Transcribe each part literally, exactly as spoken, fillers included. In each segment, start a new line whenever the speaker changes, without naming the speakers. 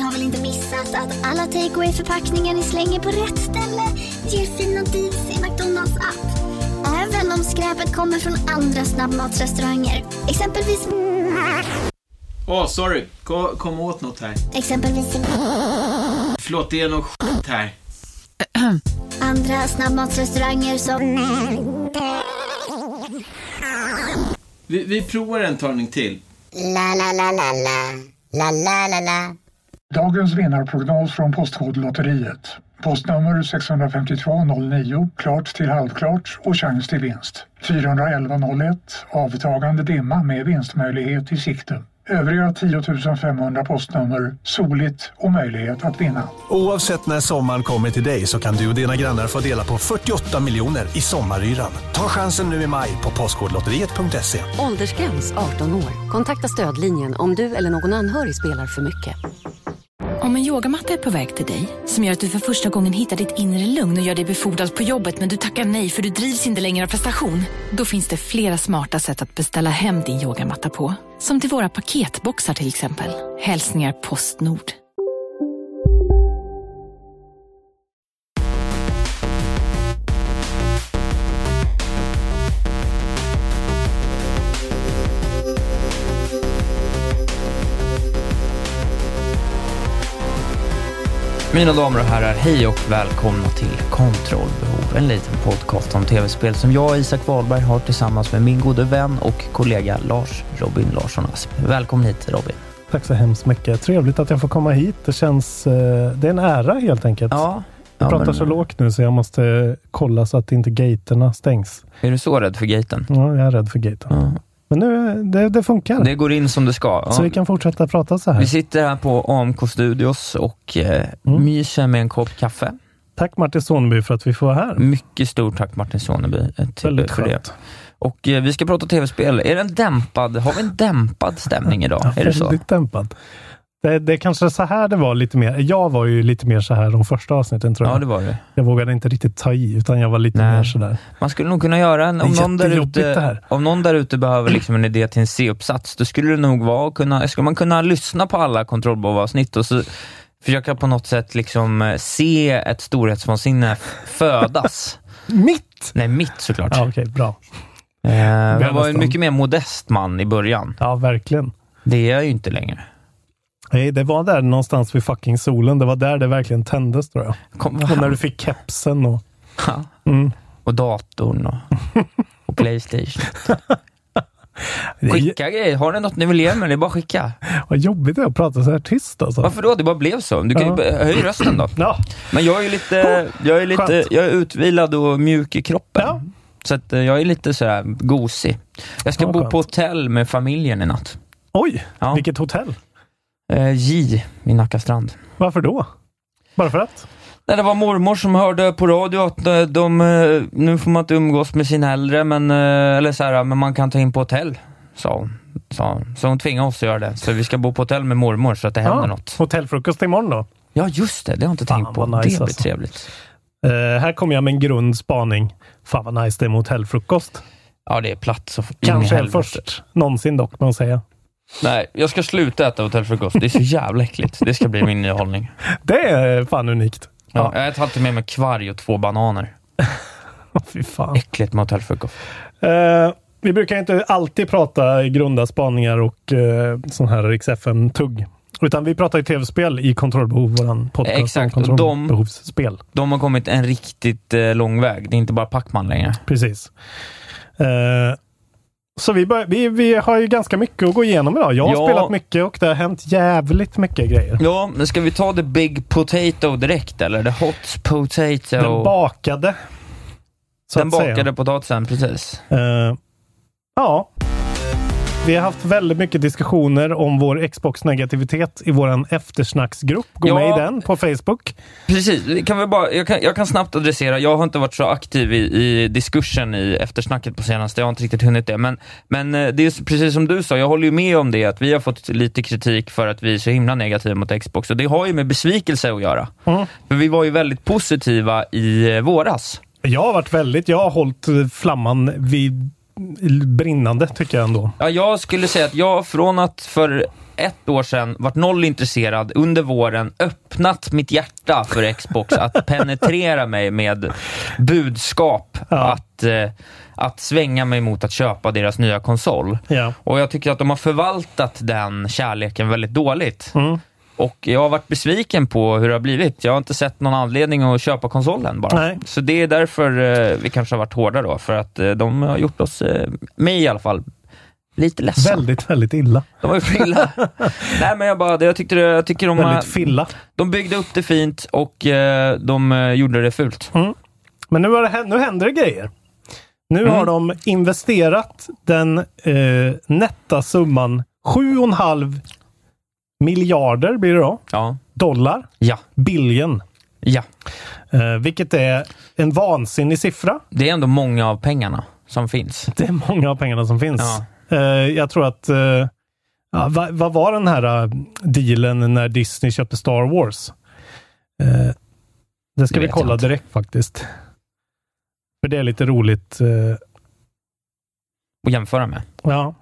har väl inte missat att alla takeaway-förpackningar ni slänger på rätt ställe ger fina deals i McDonalds app. Även om skräpet kommer från andra snabbmatsrestauranger. Exempelvis...
Åh, oh, sorry. Kom, kom åt något här.
Exempelvis...
Förlåt, det är något skit här.
Andra snabbmatsrestauranger som...
Vi, vi provar en talning till.
La la la la la. La la la la.
Dagens vinnarprognos från Postkodlotteriet. Postnummer sex fem två noll nio, klart till halvklart och chans till vinst. fyra elva noll ett, avtagande dimma med vinstmöjlighet i sikte. Övriga tio tusen femhundra postnummer, soligt och möjlighet att vinna.
Oavsett när sommaren kommer till dig så kan du och dina grannar få dela på fyrtioåtta miljoner i sommaryran. Ta chansen nu i maj på postkodlotteriet punkt se.
Åldersgräns arton år. Kontakta stödlinjen om du eller någon anhörig spelar för mycket.
Om en yogamatta är på väg till dig, som gör att du för första gången hittar ditt inre lugn och gör dig befordrad på jobbet men du tackar nej för du drivs inte längre av prestation, då finns det flera smarta sätt att beställa hem din yogamatta på. Som till våra paketboxar till exempel. Hälsningar Postnord.
Mina damer och herrar, hej och välkomna till Kontrollbehov, en liten podcast om tv-spel som jag, Isak Wahlberg, har tillsammans med min gode vän och kollega Lars Robin Larsson Asp. Välkommen hit, Robin.
Tack så hemskt mycket. Trevligt att jag får komma hit. Det känns, det är en ära helt enkelt.
Ja.
Jag
ja,
pratar
men...
så lågt nu så jag måste kolla så att inte gaterna stängs.
Är du så rädd för gaten?
Ja, jag är rädd för gaten.
Ja.
Men nu, det, det funkar.
Det går in som det ska. Ja.
Så vi kan fortsätta prata så här.
Vi sitter här på A M K Studios och eh, mm. myser med en kopp kaffe.
Tack Martin Soneby för att vi får vara här.
Mycket stort tack Martin Soneby
Väldigt
för
skönt.
det. Och eh, vi ska prata tv-spel. Är det en dämpad, har vi en dämpad stämning idag?
Ja,
är det så?
Väldigt dämpad. Det, det är kanske så här det var lite mer. Jag var ju lite mer så här de första avsnitten tror jag.
Ja, det var det.
Jag vågade inte riktigt ta i utan jag var lite
Nej.
mer så där.
Man skulle nog kunna göra en, om någon där ute, om någon där ute behöver liksom en idé till en C-uppsats, då skulle det nog vara att kunna, skulle man kunna lyssna på alla kontrollbehov-avsnitt och så försöka på något sätt liksom se ett storhetsvansinne födas.
Mitt?
Nej, mitt såklart.
Ja, okej, okay, bra.
Eh, jag var en mycket mer modest man i början.
Ja, verkligen.
Det är jag ju inte längre.
Nej, det var där någonstans vid fucking solen. Det var där det verkligen tändes, tror jag.
Kom,
och när du fick kepsen och...
Ja.
Mm.
Och datorn och, och Playstation. Skicka grejer. Har ni något ni vill ge mig? Det är bara skicka.
Vad jobbigt det är att prata så här tyst alltså.
Varför då? Det bara blev så. Du kan ju ja. höja rösten då.
Ja.
Men jag är lite, jag är lite, jag är utvilad och mjuk i kroppen.
Ja.
Så att jag är lite så här gosig. Jag ska
ja,
bo
skönt.
på hotell med familjen i natt.
Oj,
ja.
Vilket hotell?
Eh, J i Nackastrand.
Varför då? Bara för att?
Nej, det var mormor som hörde på radio att de, de, nu får man inte umgås med sina äldre, men, eller så här, men man kan ta in på hotell, sa hon. Så, så hon tvingar oss att göra det. Så vi ska bo på hotell med mormor så att det händer ja, något.
Hotellfrukost imorgon då?
Ja, just det. Det har jag inte
Fan,
tänkt på.
nice,
det blir
alltså.
trevligt.
Uh, här kommer jag med en grundspaning. Fan vad nice det är med hotellfrukost.
Ja, det är platt. Så
kanske är först någonsin dock, man säger.
Nej, jag ska sluta äta hotellfrukost. Det är så jävla äckligt. Det ska bli min hållning.
Det är fan unikt.
Ja, jag äter alltid med mig kvarg och två bananer.
Fy fan.
Äckligt med hotellfrukost.
Uh, vi brukar inte alltid prata i grunda spaningar och uh, sån här Riks F M-tugg. Utan vi pratar i tv-spel i Kontrollbehov, våran podcast.
Exakt,
om kontrollbehovsspel.
De, de har kommit en riktigt uh, lång väg. Det är inte bara Pac-Man längre.
Precis. Uh, Så vi, bör, vi, vi har ju ganska mycket att gå igenom idag. Jag har
ja.
spelat mycket och det har hänt jävligt mycket grejer.
Ja, men ska vi ta the big potato direkt eller? The hot potato?
Den bakade.
Den bakade potatisen, precis.
Uh, ja. Vi har haft väldigt mycket diskussioner om vår Xbox-negativitet i våran eftersnacksgrupp. Gå ja, med i den på Facebook.
Precis, kan vi bara, jag, kan, jag kan snabbt adressera. Jag har inte varit så aktiv i, i diskursen i eftersnacket på senaste. Jag har inte riktigt hunnit det. Men, men det är precis som du sa, jag håller ju med om det. Att vi har fått lite kritik för att vi är så himla negativa mot Xbox. Och det har ju med besvikelse att göra. Mm. För vi var ju väldigt positiva i våras.
Jag har varit väldigt, jag har hållit flamman vid brinnande tycker jag ändå.
Ja, jag skulle säga att jag från att för ett år sedan, varit noll intresserad, under våren öppnat mitt hjärta för Xbox att penetrera mig med budskap
ja.
att, eh, att svänga mig mot att köpa deras nya konsol.
Ja.
Och jag tycker att de har förvaltat den kärleken väldigt dåligt.
Mm.
Och jag har varit besviken på hur det har blivit. Jag har inte sett någon anledning att köpa konsolen bara.
Nej.
Så det är därför eh, vi kanske har varit hårda då. För att eh, de har gjort oss, eh, mig i alla fall, lite ledsen.
Väldigt, väldigt illa.
De var ju filla. Nej, men jag bara, jag tyckte jag tycker de
väldigt filla.
De byggde upp det fint och eh, de eh, gjorde det fult.
Mm. Men nu, har det, nu händer det grejer. Nu
Mm.
har de investerat den eh, nätta summan sju och en halv miljarder blir det då.
Ja.
Dollar.
Ja.
Billion.
Ja.
Eh, vilket är en vansinnig siffra.
Det är ändå många av pengarna som finns.
Det är många av pengarna som finns.
Ja.
Eh, jag tror att... Eh, ja, vad, vad var den här uh, dealen när Disney köpte Star Wars? Eh, det ska
Det
vi
vet
kolla
jag inte.
direkt faktiskt. För det är lite roligt. Eh,
Att jämföra med.
ja.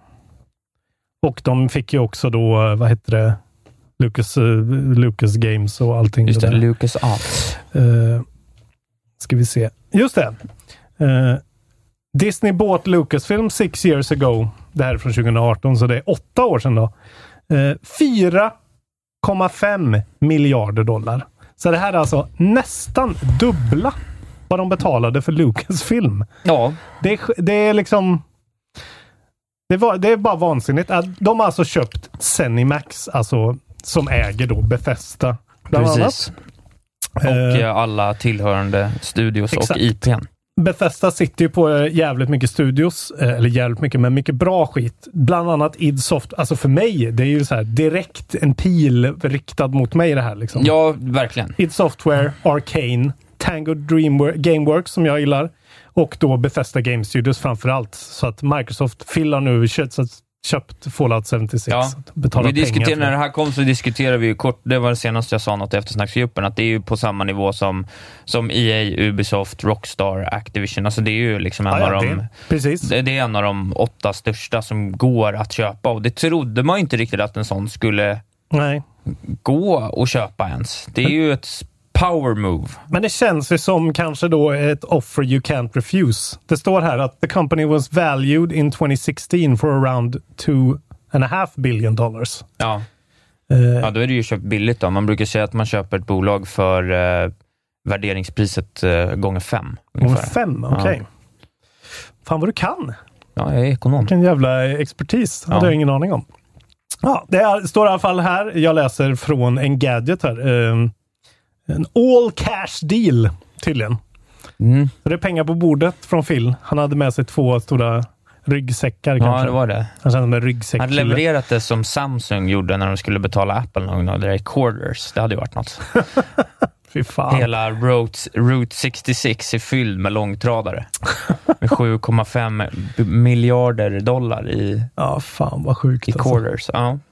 Och de fick ju också då, eh, vad heter det? Lucas, uh, Lucas Games och allting.
Just det,
där.
Lucas Arts.
Uh, ska vi se. Just det. Uh, Disney bought Lucasfilm six years ago. Det här är från tjugo arton, så det är åtta år sedan då. Uh, fyra komma fem miljarder dollar. Så det här är alltså nästan dubbla vad de betalade för Lucasfilm.
Ja.
Det är, det är liksom... Det, var, det är bara vansinnigt. De har alltså köpt Zenimax, alltså som äger då Bethesda.
Precis.
Annat.
Och
Eh,
alla tillhörande studios
exakt.
och I P:n.
Bethesda sitter ju på jävligt mycket studios, eller jävligt mycket, men mycket bra skit. Bland annat id Soft. Alltså för mig, det är ju så här direkt en pil riktad mot mig det här liksom.
Ja, verkligen.
id Software, Arcane, Tango Dreamworks, Gameworks som jag gillar. Och då Bethesda Game Studios framförallt. Så att Microsoft fillar nu köpt, köpt Fallout sjuttiosex.
Ja.
Betalar
Vi diskuterar,
pengar för
när det här kom så diskuterade vi ju kort, det var det senaste jag sa något i eftersnacksgruppen, att det är ju på samma nivå som, som E A, Ubisoft, Rockstar, Activision. Alltså det är ju liksom en
ja,
av
ja,
de...
det, precis.
Det, det är en av de åtta största som går att köpa. Och det trodde man inte riktigt att en sån skulle
Nej.
gå att köpa ens. Det är ju ett power move.
Men det känns ju som kanske då ett offer you can't refuse. Det står här att the company was valued in twenty sixteen for around two and a half billion dollars.
Ja.
Uh,
Ja, då är det ju köpt billigt då. Man brukar säga att man köper ett bolag för eh, värderingspriset eh, gånger fem.
Gånger fem, okej. Okay.
Ja.
Fan vad du kan.
Ja, jag är ekonom.
Vilken jävla expertis. Det
Ja.
hade jag ingen aning om. Ja, det är, står i alla fall här. Jag läser från en gadget här. Um, en all cash deal tydligen.
Mm.
Så det är pengar på bordet från Phil. Han hade med sig två stora ryggsäckar
Ja,
kanske.
det var det.
Han kände med ryggsäck.
Han hade levererat det som Samsung gjorde när de skulle betala Apple någon gång. Det där är quarters. Det hade ju varit något.
Fy fan.
Hela Route, Route sextiosex är fylld med långtradare. Med sju komma fem miljarder dollar i,
ja, fan vad sjukt.
i
alltså.
quarters. Ja.
Um,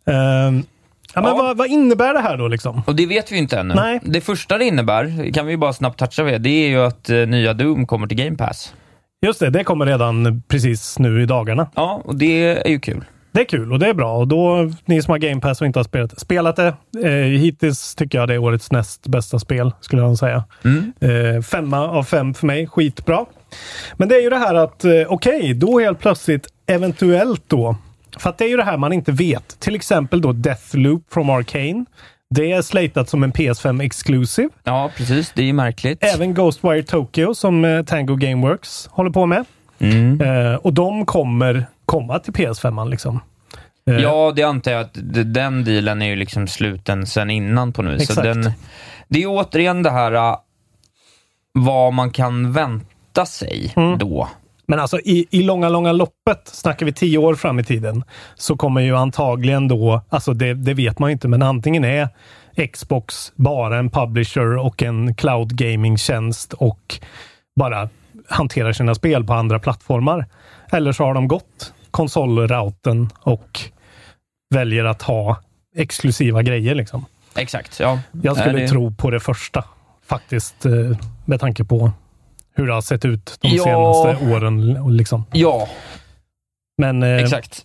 ja, men
Ja.
vad, vad innebär det här då liksom?
Och det vet vi inte ännu.
Nej.
Det första det innebär, kan vi bara snabbt toucha vid, det är ju att uh, nya Doom kommer till Game Pass.
Just det, det kommer redan precis nu i dagarna.
Ja, och det är ju kul.
Det är kul och det är bra. Och då, ni som har Game Pass och inte har spelat det, spelat det. Eh, hittills tycker jag det är årets näst bästa spel, skulle jag säga.
Mm.
Eh, femma av fem för mig, skitbra. Men det är ju det här att, eh, okej, okay, då helt plötsligt, eventuellt då, för att det är ju det här man inte vet. Till exempel då Deathloop från Arcane. Det är slatat som en P S fem exclusive.
Ja, precis. Det är märkligt.
Även Ghostwire Tokyo som eh, Tango Gameworks håller på med.
Mm.
Eh, och de kommer komma till P S fem liksom. Eh,
Ja, det antar jag att d- den dealen är ju liksom sluten sen innan på nu. Så
Exakt.
den, det är ju återigen det här uh, vad man kan vänta sig
Mm.
då.
Men alltså i, i långa, långa loppet, snackar vi tio år fram i tiden, så kommer ju antagligen då, alltså det, det vet man ju inte, men antingen är Xbox bara en publisher och en cloud gaming-tjänst och bara hanterar sina spel på andra plattformar. Eller så har de gått konsolrouten och väljer att ha exklusiva grejer liksom.
Exakt, ja.
Jag skulle
Nej, det-
tro på det första, faktiskt, eh, med tanke på hur det har sett ut de
Ja.
senaste åren. Liksom.
Ja,
Men eh,
exakt.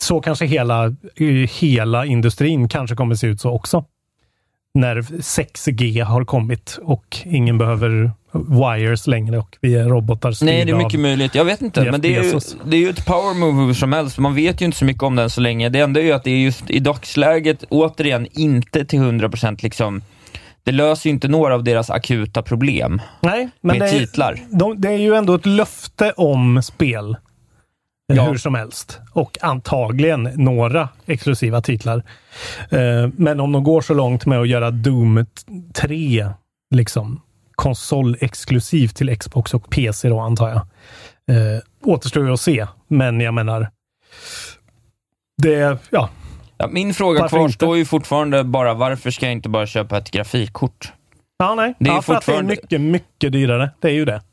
så kanske hela, hela industrin kanske kommer se ut så också. När sex G har kommit och ingen behöver wires längre och vi är robotar styrda.
Nej, det är mycket möjligt. Jag vet inte, men det är, ju, det är ju ett power move hur som helst. Man vet ju inte så mycket om den så länge. Det enda är ju att det är just i dagsläget återigen inte till hundra procent liksom. Det löser ju inte några av deras akuta problem.
Nej, men
med
det är,
titlar.
De, det är ju ändå ett löfte om spel.
Ja.
Hur som helst. Och antagligen några exklusiva titlar. Eh, men om de går så långt med att göra Doom tre liksom konsolexklusivt till Xbox och P C då, antar jag. Eh, återstår ju att se. Men jag menar det, ja.
ja min fråga
varför
kvarstår
inte?
ju fortfarande bara, varför ska jag inte bara köpa ett grafikkort?
Ja, nej.
Det är
ja, för
fortfarande...
att det är mycket, mycket dyrare. Det är ju det.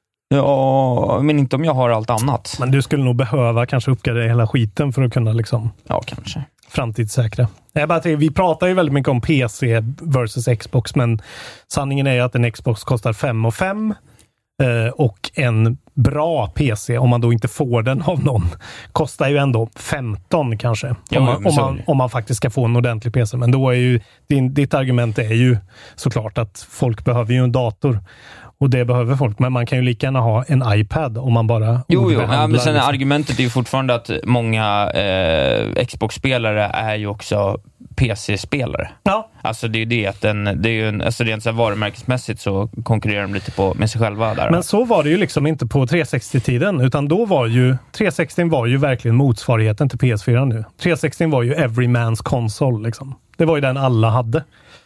Ja, men inte om jag har allt annat.
Men du skulle nog behöva kanske uppgradera hela skiten för att kunna liksom...
Ja, kanske.
Framtidssäkra. Jag bara tänker, vi pratar ju väldigt mycket om P C versus Xbox, men sanningen är ju att en Xbox kostar fem och fem eh, och en bra P C, om man då inte får den av någon, kostar ju ändå femton kanske.
Ja,
om, man, om, man, om man faktiskt ska få en ordentlig P C. Men då är ju, din, ditt argument är ju såklart att folk behöver ju en dator. Och det behöver folk, men man kan ju lika gärna ha en iPad om man bara...
Jo, jo. Ja, men sen
liksom.
Argumentet är ju fortfarande att många eh, Xbox-spelare är ju också P C-spelare.
Ja.
Alltså det är ju det att den, det är ju en, alltså rent så här varumärkesmässigt så konkurrerar de lite på med sig själva där.
Men så var det ju liksom inte på trehundrasextio-tiden, utan då var ju trehundrasextio var ju verkligen motsvarigheten till P S fyra nu. trehundrasextio var ju every man's console liksom. Det var ju den alla hade.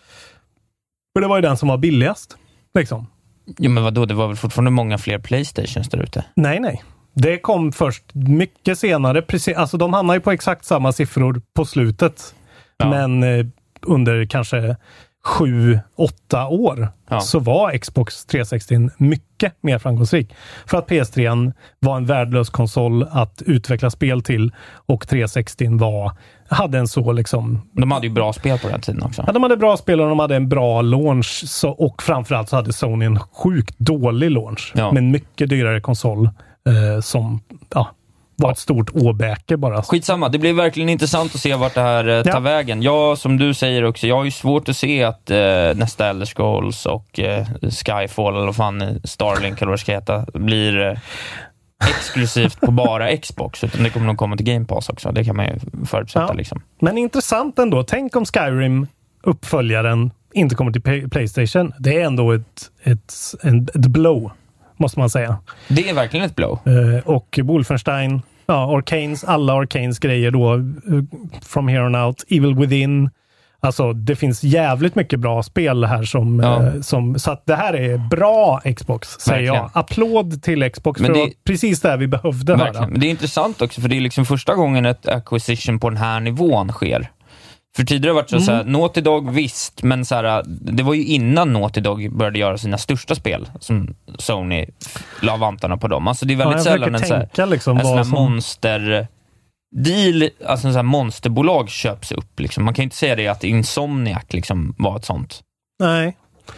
För det var ju den som var billigast liksom.
Jo, men vadå? Det var väl fortfarande många fler Playstations där ute?
Nej, nej. Det kom först mycket senare. Precis, alltså de hamnar ju på exakt samma siffror på slutet. Ja. Men eh, under kanske sju, åtta år ja. så var Xbox trehundrasextio mycket mer framgångsrik. För att P S tre var en värdelös konsol att utveckla spel till och trehundrasextio var, hade en så liksom...
De hade ju bra spel på den tiden också.
Ja, de hade bra spel och de hade en bra launch så, och framförallt så hade Sony en sjukt dålig launch ja. med en mycket dyrare konsol eh, som ja, var ett stort åbäke bara.
Skitsamma, det blir verkligen intressant att se vart det här eh, tar ja. vägen. Jag, som du säger också, jag har ju svårt att se att eh, nästa Elder Scrolls och eh, Skyfall eller vad fan Starlink eller vad det ska heta blir eh, exklusivt på bara Xbox, utan det kommer nog komma till Game Pass också. Det kan man ju förutsätta ja. liksom.
Men intressant ändå. Tänk om Skyrim, uppföljaren, inte kommer till P- PlayStation. Det är ändå ett, ett, ett, ett blow, måste man säga.
Det är verkligen ett blow.
Uh, och Wolfenstein, ja, Arcanes, alla Arcanes grejer då, uh, From Here On Out, Evil Within. Alltså, det finns jävligt mycket bra spel här som, ja. uh, som så att det här är bra Xbox, säger verkligen. jag. Applåd till Xbox men för det, precis det vi behövde höra.
Men det är intressant också, för det är liksom första gången ett acquisition på den här nivån sker. För tidigare har det varit så, mm. så här, Naughty Dog visst, men så här, det var ju innan Naughty Dog började göra sina största spel som Sony la vantarna på dem. Alltså det är väldigt ja, sällan en, tänka, så här, liksom, en sån här som... monster deal, alltså en sån här monsterbolag köps upp liksom. Man kan inte säga det att Insomniac liksom var ett sånt.
Nej.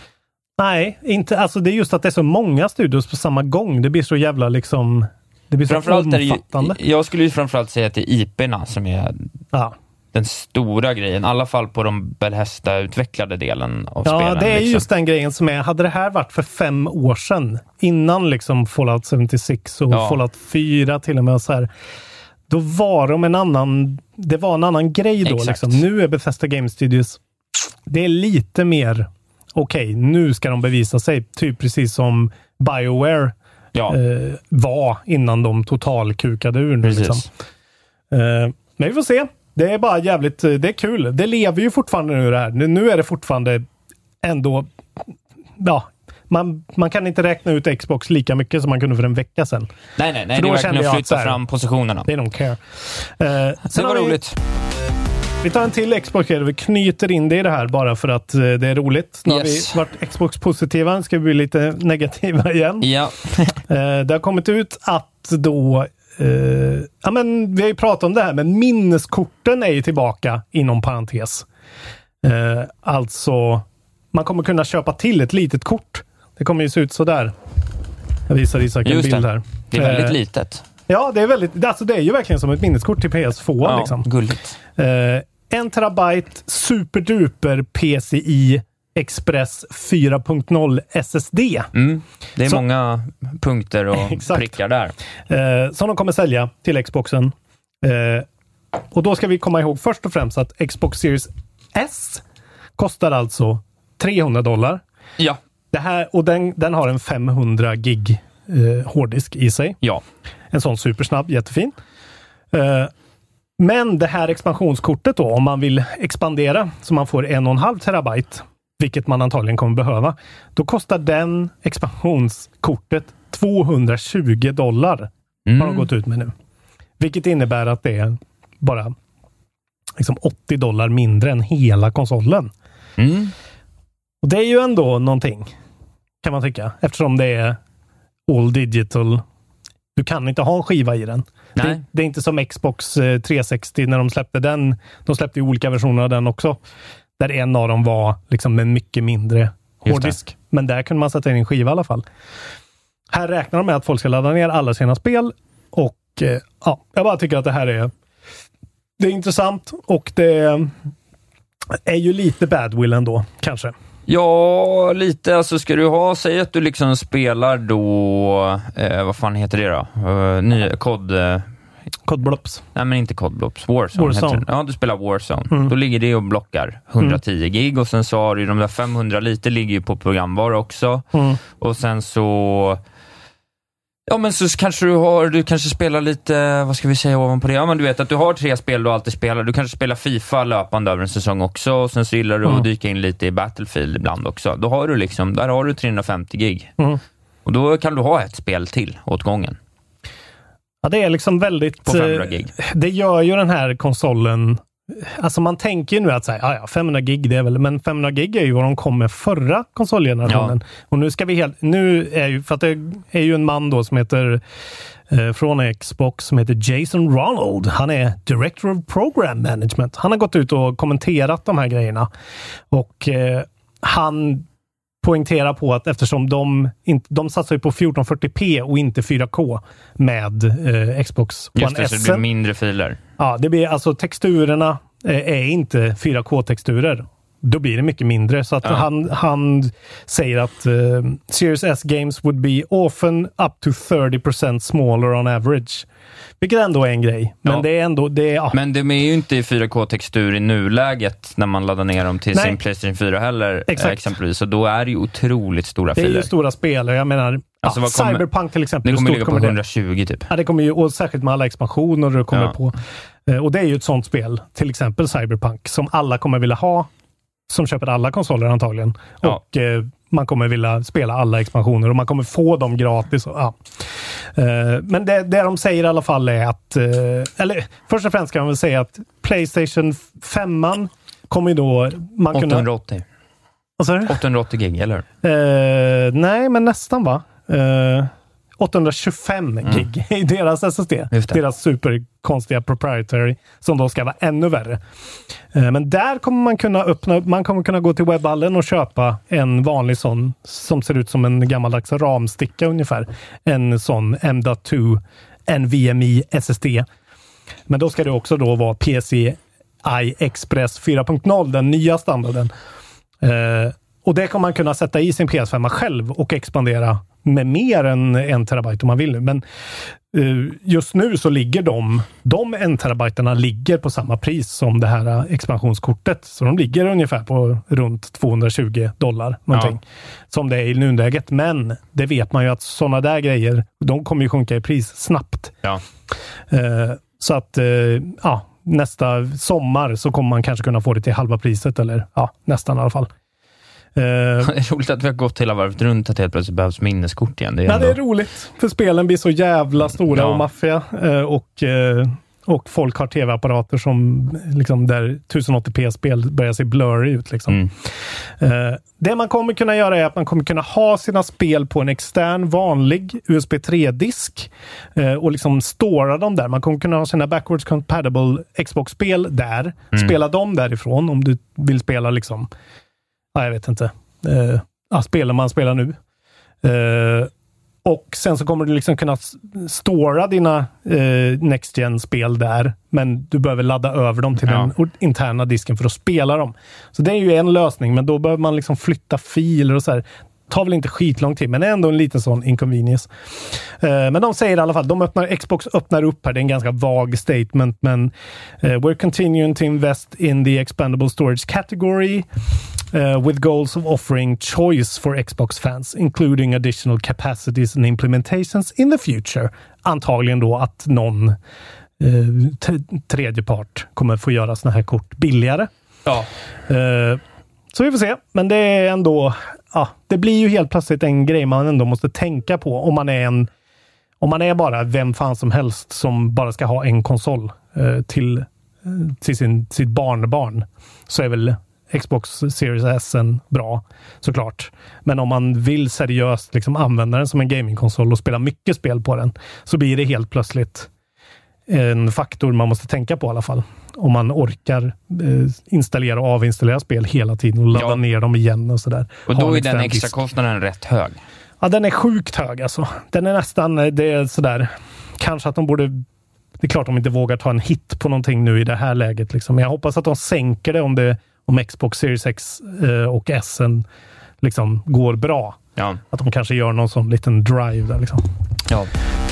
Nej, inte, alltså det är just att det är så många studios på samma gång. Det blir så jävla liksom, det blir så
framförallt
omfattande.
Är det, jag skulle ju framförallt säga att det är I P-erna som är ja. den stora grejen, i alla fall på de Bethesda-utvecklade delen av
ja,
spelen.
Ja, det är
liksom.
just den grejen som är, hade det här varit för fem år sedan, innan liksom Fallout sjuttiosex och ja. Fallout fyra till och med så här, då var de en annan, det var en annan grej då liksom. Nu är Bethesda Game Studios, det är lite mer okej, okay, nu ska de bevisa sig, typ precis som BioWare ja. eh, var innan de totalkukade ur nu liksom. Eh, men vi får se. Det är bara jävligt, det är kul. Det lever ju fortfarande nu det här. Nu är det fortfarande ändå, ja, man, man kan inte räkna ut Xbox lika mycket som man kunde för en vecka sedan.
Nej, nej, nej. Det är verkligen att flytta fram positionerna.
They don't care. Uh,
det var roligt.
Vi tar en till Xbox och vi knyter in det i det här bara för att uh, det är roligt. Nu
yes.
har vi varit Xbox-positiva, ska vi bli lite negativa igen.
Ja.
uh, det har kommit ut att då Uh, ja, men vi har ju pratat om det här, men minneskorten är ju tillbaka inom parentes. Uh, alltså, man kommer kunna köpa till ett litet kort. Det kommer ju se ut så där. Jag visar Isak en bild här.
Det är väldigt uh, litet.
Ja, det är väldigt, alltså det är ju verkligen som ett minneskort till P S två.
Ja,
liksom.
gulligt.
Uh, en terabyte superduper P C I Express fyra punkt noll S S D.
Mm. Det är
Så,
många punkter och prickar där.
Uh, som de kommer sälja till Xboxen. Uh, och då ska vi komma ihåg först och främst att Xbox Series S kostar alltså trehundra dollar.
Ja.
Det här, och den, den har en femhundra gig uh, hårddisk i sig.
Ja.
En sån supersnabb, jättefin. Uh, men det här expansionskortet då, om man vill expandera så man får en och en halv terabyte, vilket man antagligen kommer behöva, då kostar den expansionskortet tvåhundratjugo dollar. Mm. Har de gått ut med nu. Vilket innebär att det är bara liksom åttio dollar mindre än hela konsolen.
Mm.
Och det är ju ändå någonting, kan man tycka, eftersom det är all digital. Du kan inte ha en skiva i den. Det, det är inte som Xbox trehundrasextio när de släppte den. De släppte ju olika versioner av den också. Där en av dem var liksom en mycket mindre hårddisk. Men där kunde man sätta in en skiva i alla fall. Här räknar de med att folk ska ladda ner alla sina spel. Och eh, ja, jag bara tycker att det här är det är intressant. Och det är ju lite badwill ändå, kanske.
Ja, lite. Alltså ska du ha, säg att du liksom spelar då, eh, vad fan heter det då? Uh, ny, kod... Eh,
Kodblops.
Nej, men inte Kodblops. Warzone.
Warzone.
Heter det. Ja, du spelar Warzone.
Mm.
Då ligger det och blockar hundratio mm. gig och sen så har du de där femhundra lite ligger ju på programvara också. Mm. Och sen så... Ja, men så kanske du har, du kanske spelar lite, vad ska vi säga ovanpå det? Ja, men du vet att du har tre spel du alltid spelar. Du kanske spelar FIFA löpande över en säsong också. Och sen så gillar du mm. att dyka in lite i Battlefield ibland också. Då har du liksom, där har du trehundrafemtio gig. Mm. Och då kan du ha ett spel till åt gången.
Ja, det är liksom väldigt...
På femhundra gig.
Det gör ju den här konsolen... Alltså man tänker ju nu att säga, ja, ja, femhundra gig det är väl, men femhundra gig är ju vad de kom med förra konsolgenerationen. Ja. Och nu ska vi helt, nu är ju, för att det är ju en man då som heter eh, från Xbox som heter Jason Ronald. Han är Director of Program Management. Han har gått ut och kommenterat de här grejerna. Och eh, han poängterar på att eftersom de, inte, de satsar ju på fjorton fyrtio p och inte fyra K med eh, Xbox One S.
Just det, så det blir mindre filer.
Ja, det blir alltså texturerna eh, är inte fyra K-texturer. Då blir det mycket mindre. Så att ja. han, han säger att eh, Series S games would be often up to thirty percent smaller on average. Vilket ändå är en grej. Men
ja.
det är ändå... Det är, ja.
Men det är ju inte i fyra K-textur i nuläget när man laddar ner dem till Nej. sin PlayStation fyra heller. Exakt. Exempelvis. Så då är det ju otroligt stora filer.
Det är ju stora spel. Jag menar,
alltså,
ja,
kommer,
Cyberpunk till exempel.
Det kommer ligga på
kommer
hundratjugo typ.
Ja, det kommer ju, och särskilt med alla expansioner du kommer ja. på. Och det är ju ett sånt spel. Till exempel Cyberpunk. Som alla kommer vilja ha. Som köper alla konsoler antagligen. Ja. Och eh, man kommer vilja spela alla expansioner och man kommer få dem gratis. Och, ja. uh, men det, det de säger i alla fall är att... Uh, eller först och främst kan man väl säga att PlayStation fem kommer ju då... Man
åttahundraåttio.
Kunna, vad sa du?
åttahundraåttio gig, eller?
Uh, nej, men nästan va? Uh, åttahundratjugofem mm. gig i deras S S D. Deras superkonstiga proprietary som då ska vara ännu värre. Uh, men där kommer man kunna öppna upp, man kommer kunna gå till webbhallen och köpa en vanlig sån som ser ut som en gammaldags ramsticka ungefär. En sån M dot två NVMe S S D. Men då ska det också då vara P C I Express fyra punkt noll, den nya standarden. Uh, och det kommer man kunna sätta i sin P S fem själv och expandera med mer än en terabyte om man vill. Men uh, just nu så ligger de, de en terabyterna ligger på samma pris som det här uh, expansionskortet. Så de ligger ungefär på runt tvåhundratjugo dollar någonting. Ja. Som det är i nuläget. Men det vet man ju att sådana där grejer, de kommer ju sjunka i pris snabbt. Ja. Uh, så att, uh, ja, nästa sommar så kommer man kanske kunna få det till halva priset. Eller ja, nästan i alla fall.
Uh, det är roligt att vi har gått hela varvet runt att helt plötsligt behövs minneskort igen. Det är,
ja,
ändå...
det är roligt. För spelen blir så jävla stora ja. och maffiga. Uh, och, uh, och folk har tv-apparater som liksom där tusen åttio p-spel börjar se blurry ut. Liksom. Mm. Uh, det man kommer kunna göra är att man kommer kunna ha sina spel på en extern vanlig U S B tre-disk uh, och liksom stora dem där. Man kommer kunna ha sina backwards compatible Xbox-spel där. Mm. Spela dem därifrån om du vill spela liksom ja, jag vet inte. Uh, ja, spelar man spelar nu. Uh, Och sen så kommer du liksom kunna stora dina eh, Next Gen-spel där. Men du behöver ladda över dem till ja. den interna disken för att spela dem. Så det är ju en lösning, men då behöver man liksom flytta filer och så här. Tar väl inte skitlång tid, men det är ändå en liten sån inconvenience. Uh, men de säger i alla fall, de öppnar, Xbox öppnar upp här, det är en ganska vag statement, men uh, we're continuing to invest in the expandable storage category uh, with goals of offering choice for Xbox fans, including additional capacities and implementations in the future. Antagligen då att någon uh, t- tredje part kommer få göra såna här kort billigare.
Ja.
Uh, så vi får se, men det är ändå ja, det blir ju helt plötsligt en grej man ändå måste tänka på om man är en om man är bara vem fan som helst som bara ska ha en konsol eh, till, eh, till sin, sitt barnbarn, så är väl Xbox Series S en bra, såklart. Men om man vill seriöst liksom använda den som en gamingkonsol och spela mycket spel på den, så blir det helt plötsligt en faktor man måste tänka på i alla fall. Om man orkar eh, installera och avinstallera spel hela tiden och ladda ja. ner dem igen och sådär.
Och då är den extra kostnaden rätt hög.
Ja, den är sjukt hög alltså. Den är nästan, det är sådär, kanske att de borde, det är klart de inte vågar ta en hit på någonting nu i det här läget liksom. Men jag hoppas att de sänker det om det, om Xbox Series X eh, och S liksom går bra.
Ja.
Att de kanske gör någon sån liten drive där liksom.
Ja.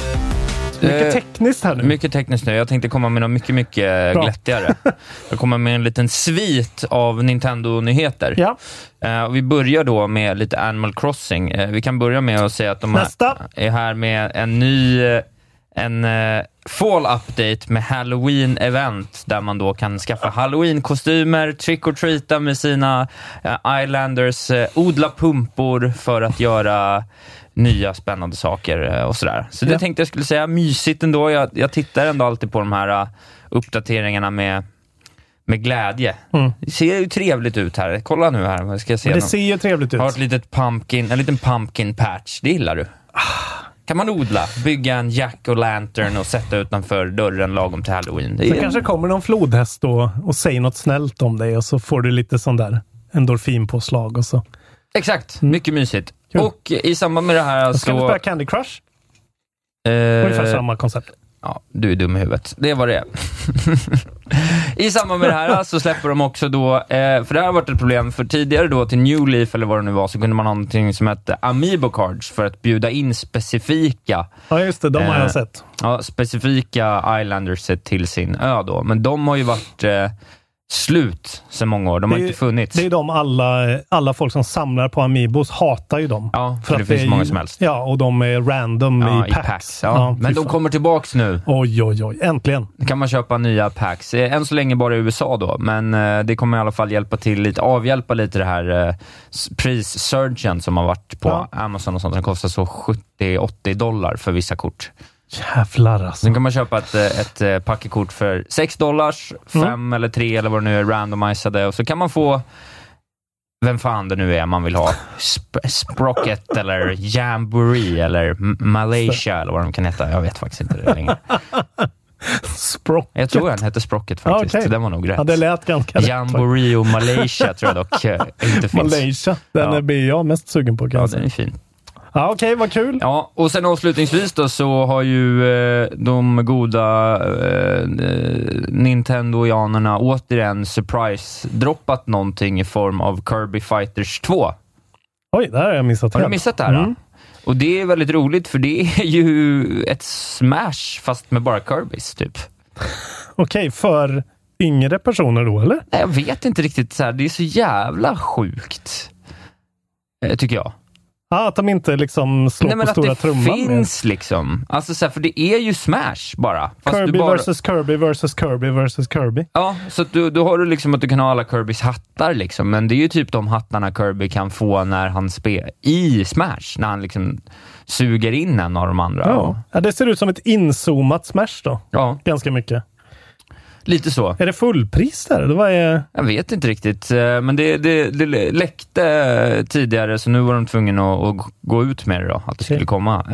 Mycket tekniskt här nu.
Mycket tekniskt nu. Jag tänkte komma med något mycket, mycket Bra. glättigare. Jag kommer med en liten svit av Nintendo-nyheter.
Ja.
Uh, och vi börjar då med lite Animal Crossing. Uh, vi kan börja med att säga att de
Nästa.
är här med en ny en uh, fall-update med Halloween-event där man då kan skaffa Halloween-kostymer, trick-or-treata med sina uh, Islanders, uh, odla pumpor för att göra nya spännande saker och sådär. Så det ja. tänkte jag skulle säga mysigt ändå. Jag, jag tittar ändå alltid på de här uh, uppdateringarna med, med glädje. Mm. Det ser ju trevligt ut här. Kolla nu här. Vad ska jag se?
Det någon? ser ju trevligt ut.
Har ett litet pumpkin, en liten pumpkin patch. Det gillar du. Ah. Kan man odla, bygga en jack-o'-lantern och sätta utanför dörren lagom till Halloween. Det
så
är...
kanske kommer någon flodhäst då och säger något snällt om dig och så får du lite sån där endorfinpåslag och så.
Exakt, mycket mysigt. Kul. Och i samband med det här så...
Ska vi spela Candy Crush?
Eh,
Ungefär samma koncept.
Ja, du är dum i huvudet. Det var det. I samband med det här så släpper de också då, eh, för det här har varit ett problem, för tidigare då till New Leaf eller vad det nu var, så kunde man ha någonting som hette Amiibo Cards för att bjuda in specifika...
Ja just det, de har
eh,
jag sett.
Ja, specifika Islanders till sin ö då. Men de har ju varit... Eh, slut sedan många år. De har
är,
inte funnits.
Det är de alla, alla folk som samlar på Amiibos hatar ju dem.
Ja, för, för det finns det är, många som helst.
Ja, och de är random ja, i packs. I packs
ja. Ja, men de kommer tillbaks nu.
Oj, oj, oj. Äntligen.
Kan man köpa nya packs. Än så länge bara i U S A då. Men eh, det kommer i alla fall hjälpa till lite, avhjälpa lite det här eh, prissurgen som har varit på ja. Amazon och sånt. Den kostar så sjuttio till åttio dollar för vissa kort.
Jävlar alltså.
Sen kan man köpa ett, ett packekort för sex dollars, fem mm. eller tre eller vad det nu är, randomisade. Och så kan man få, vem fan det nu är man vill ha, Sp- Sprocket eller Jamboree eller Malaysia eller vad de kan heta. Jag vet faktiskt inte det längre.
Sprocket.
Jag tror den hette Sprocket faktiskt. Okay. Det var nog rätt.
Ja, det lät ganska rätt.
Jamboree och Malaysia tror jag dock inte finns.
Malaysia, den ja. blir jag mest sugen på.
Ja, den är fin.
Ja, okej, okay, vad kul.
Ja, och sen avslutningsvis då så har ju eh, de goda eh, Nintendo-janerna återigen surprise-droppat någonting i form av Kirby Fighters två.
Oj, det här har jag missat.
Har du missat det här? Mm. Och det är väldigt roligt för det är ju ett Smash fast med bara Kirbys typ.
Okej, okay, för yngre personer då, eller?
Nej, jag vet inte riktigt. Så här, det är så jävla sjukt, eh, tycker jag.
Ah, att de inte liksom slår Nej, men på stora trumman.
Det finns med. Liksom. Alltså så här, för det är ju Smash bara. Fast
Kirby
bara...
versus Kirby versus Kirby versus Kirby.
Ja, så att du, då har du liksom att du kan ha alla Kirbys hattar liksom. Men det är ju typ de hattarna Kirby kan få när han spelar i Smash. När han liksom suger in en av de andra.
Ja,
och...
ja det ser ut som ett inzoomat Smash då.
Ja.
Ganska mycket.
Lite så.
Är det fullpris där? Det var är...
Jag vet inte riktigt. Men det, det, det läckte tidigare så nu var de tvungna att, att gå ut med det då. Att det okay. skulle komma.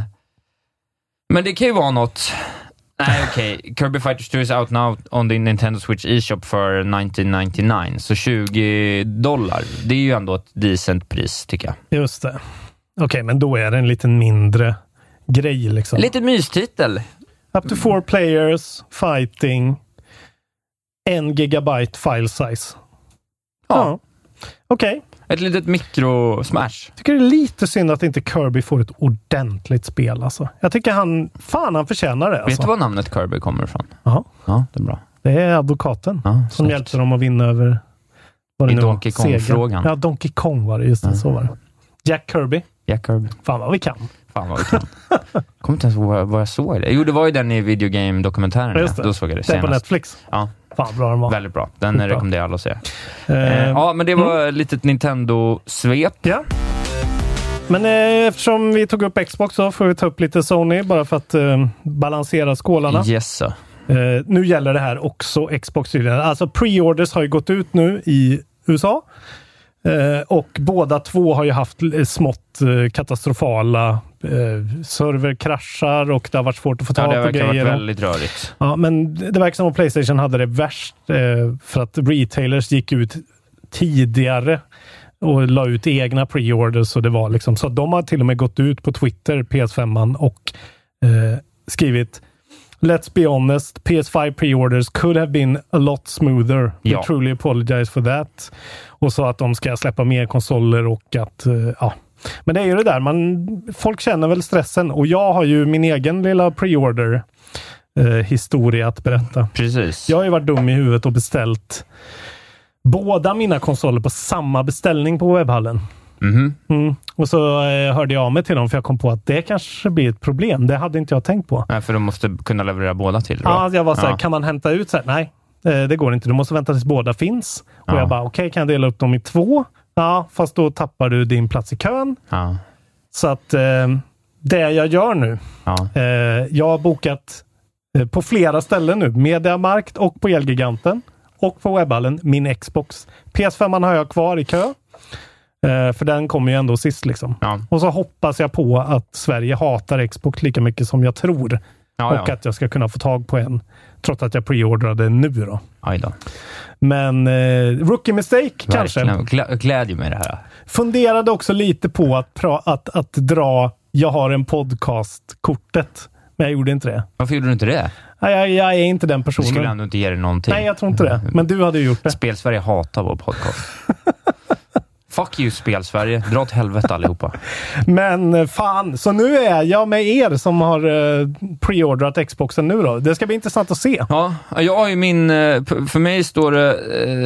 Men det kan ju vara något... Nej, okej. Okay. Kirby Fighters two is out now on the Nintendo Switch eShop för nitton nittionio. Så tjugo dollar. Det är ju ändå ett decent pris tycker jag.
Just det. Okej, okay, men då är det en lite mindre grej liksom.
Lite mystitel.
Up to four players, fighting, en gigabyte file size. Ja. ja. Okej. Okay.
Ett litet mikro-smash.
Jag tycker det är lite synd att inte Kirby får ett ordentligt spel. Alltså. Jag tycker han, fan han förtjänar det. Alltså.
Vet du var namnet Kirby kommer ifrån?
Ja.
Ja, det är bra.
Det är advokaten
ja,
som
snart.
hjälpte dem att vinna över
vad det I nu Donkey Kong-frågan.
Ja, Donkey Kong var det, just det, mm. så var det. Jack Kirby.
Jack Kirby.
Fan vad vi kan.
Fan vad vi kan. Kommer inte ens ihåg vad jag såg det. Jo, det var ju den i videogame-dokumentären.
Just det.
Då såg jag det
senast. Det är på Netflix.
Ja.
Fan bra den var.
Väldigt bra. Den
Sjukt
rekommenderar jag alla att se.
Eh,
eh, ja, men det var
mm.
ett litet Nintendo-svep.
Ja. Men eh, eftersom vi tog upp Xbox så får vi ta upp lite Sony bara för att eh, balansera skålarna.
Yes, sir.
Eh, nu gäller det här också Xbox. Alltså pre-orders har ju gått ut nu i U S A. Eh, och båda två har ju haft smått eh, katastrofala eh, serverkraschar och det har varit svårt att få tag på
grejer. Ja, det verkar
grejer.
ha varit väldigt rörigt.
Ja, men det verkar som att PlayStation hade det värst eh, för att retailers gick ut tidigare och la ut egna pre-orders och det var liksom så de har till och med gått ut på Twitter, P S fem och eh, skrivit Let's be honest, P S five pre-orders could have been a lot smoother.
Ja.
We truly apologize for that. Och så att de ska släppa mer konsoler och att, uh, ja. Men det är ju det där, man, folk känner väl stressen. Och jag har ju min egen lilla pre-order uh, historia att berätta.
Precis.
Jag har ju varit dum i huvudet och beställt båda mina konsoler på samma beställning på webbhallen.
Mm-hmm.
Mm. Och så eh, hörde jag av mig till dem för jag kom på att det kanske blir ett problem. Det hade inte jag tänkt på.
Nej, för de måste kunna leverera båda till. Då.
Ja, jag var så här,
ja.
kan man hämta ut så här? Nej, eh, det går inte. Du måste vänta tills båda finns. Och
ja.
jag bara, okej, okay, kan jag dela upp dem i två? Ja, fast då tappar du din plats i kön.
Ja.
Så att eh, det jag gör nu,
ja.
eh, jag har bokat eh, på flera ställen nu. Mediamarkt och på Elgiganten. Och på webbhallen, min Xbox. P S fem har jag kvar i kö. Uh, för den kommer ju ändå sist liksom.
Ja.
Och så hoppas jag på att Sverige hatar Xbox lika mycket som jag tror.
Ja,
och
ja.
att jag ska kunna få tag på en. Trots att jag preordrade nu då.
Aj då.
Men uh, rookie mistake kanske.
Glä- glädjer mig det här.
Funderade också lite på att, pra- att, att dra jag har en podcast-kortet. Men jag gjorde inte det.
Varför gjorde du inte det?
Nej, jag, jag är inte den personen.
Du skulle ändå inte ge dig någonting.
Nej, jag tror inte det. Men du hade ju gjort det.
Spelsverige hatar vår podcast. Fuck you, Spelsverige. Dra åt helvete allihopa.
Men fan, så nu är jag med er som har uh, preordrat Xboxen nu då. Det ska bli intressant att se.
Ja, jag har ju min... För mig står det...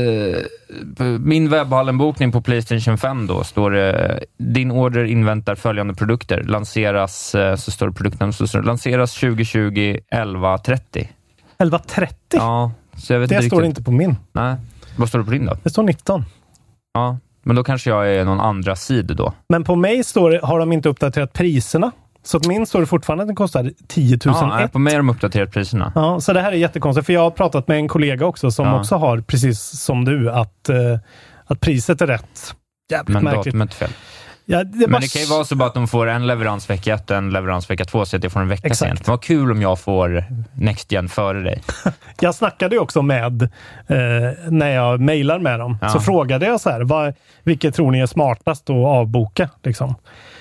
Eh, min webbhallenbokning på PlayStation fem då står det... Din order inväntar följande produkter. Lanseras... Så står det produkten. Så står det, lanseras tjugo tjugo elva trettio.
elva trettio?
Ja. Så jag vet
det
inte
står
riktigt.
inte på min.
Nej. Vad står det på din då?
Det står nitton.
Ja. Men då kanske jag är någon andra sida då.
Men på mig står det, har de inte uppdaterat priserna. Så att min står det fortfarande att den kostar tio tusen ett.
Ja, på mig har de uppdaterat priserna.
Ja, så det här är jättekonstigt. För jag har pratat med en kollega också som
ja.
också har, precis som du, att, uh, att priset är rätt. Jävligt
men
märkligt.
Men datumet är fel.
Ja, det
men
bara...
det kan ju vara så bara att de får en leverans vecka ett och en leverans vecka två, så att jag får en vecka sent. Vad kul om jag får Next Gen före dig.
Jag snackade ju också med, eh, när jag mejlar med dem, ja. så frågade jag så här, vad, vilket tror ni är smartast att avboka? Liksom.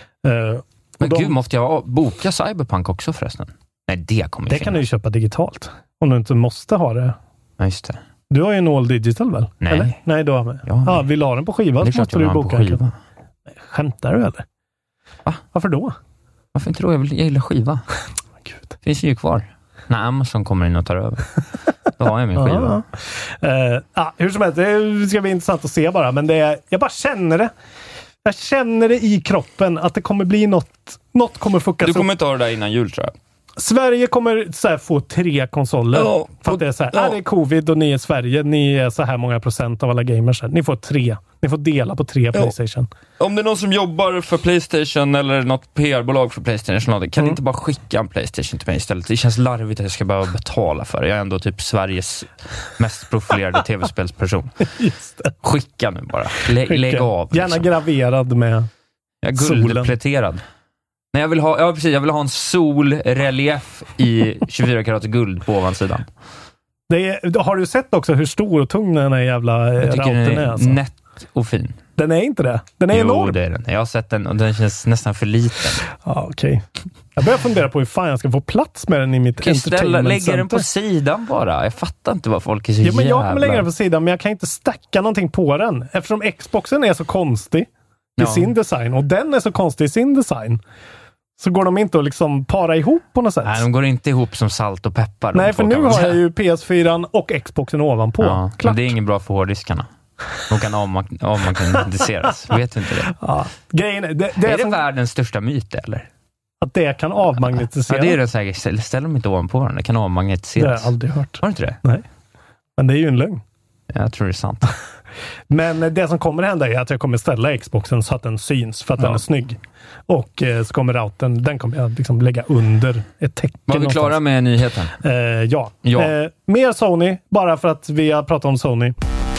Eh,
men
de...
gud, måste jag boka Cyberpunk också förresten? Nej, det kommer
Det
finna.
kan du ju köpa digitalt. Om du inte måste ha det.
Ja, just det.
Du har ju en all digital väl?
Nej.
Eller? Nej, du har med.
Ja,
ja, vill du ha den på skiva så måste du boka.
Skiva.
Skämtar du eller?
Va?
Varför då?
Varför inte då? Jag, vill, jag gillar skiva.
Gud.
Finns ju kvar. När Amazon kommer in och tar över. Då har jag min skiva.
Ja. Uh, ah, hur som helst, det ska bli intressant att se bara. Men det är, jag bara känner det. Jag känner det i kroppen att det kommer bli något. Något kommer fuckas upp.
Du kommer inte ha det där innan jul, tror jag.
Sverige kommer så här få tre konsoler. Ja, för att det är så här, ja. ah, det är covid och ni är Sverige. Ni är så här många procent av alla gamers. Ni får tre. Ni får dela på tre ja. PlayStation.
Om det är någon som jobbar för PlayStation eller något P R-bolag för PlayStation, kan
mm.
inte bara skicka en PlayStation till mig istället? Det känns larvigt att jag ska behöva betala för det. Jag är ändå typ Sveriges mest profilerade tv-spelsperson.
Just det.
Skicka nu bara. Lä-
skicka.
Lägg av.
Gärna liksom. Graverad med
ja, guldpläterad. Nej, jag vill ha, ja, precis, jag vill ha en solrelief i tjugofyra karats guld på ovansidan.
Det är, har du sett också hur stor och tung den här jävla
jag tycker
routern
den är?
är alltså?
Nätt och fin.
Den är inte det. Den är
jo,
enorm.
det är den. Jag har sett den och den känns nästan för liten.
Ja, okej. Okay. Jag börjar fundera på hur fan jag ska få plats med den i mitt entertainment
lägga
center.
den på sidan bara. Jag fattar inte vad folk är så
ja, men
jävla...
Jag kommer lägga den på sidan, men jag kan inte stacka någonting på den. Eftersom Xboxen är så konstig i ja. sin design och den är så konstig i sin design. Så går de inte att liksom para ihop på något sätt.
Nej, de går inte ihop som salt och peppar.
Nej, för nu har jag ju P S fyra och Xboxen ovanpå.
Ja, men det är inget bra för hårddiskarna. De kan avmag- avmagnetiseras. Vet du inte det? Ja.
Grejen är, det, det
är, är det
som...
världens största myt, eller?
Att det kan avmagnetiseras?
Ja, det är det säkert. Ställ dem inte ovanpå varandra. Det kan avmagnetiseras.
Det har jag aldrig hört.
Har du inte det?
Nej. Men det är ju en lögn.
Jag tror det är sant.
Men det som kommer hända är att jag kommer ställa Xboxen så att den syns för att ja. den är snygg. Och eh, så kommer routern, den kommer jag liksom lägga under ett tecken.
Var vi
någonstans.
klara med nyheten?
Eh, ja.
ja.
Eh, mer Sony, bara för att vi har pratat om Sony.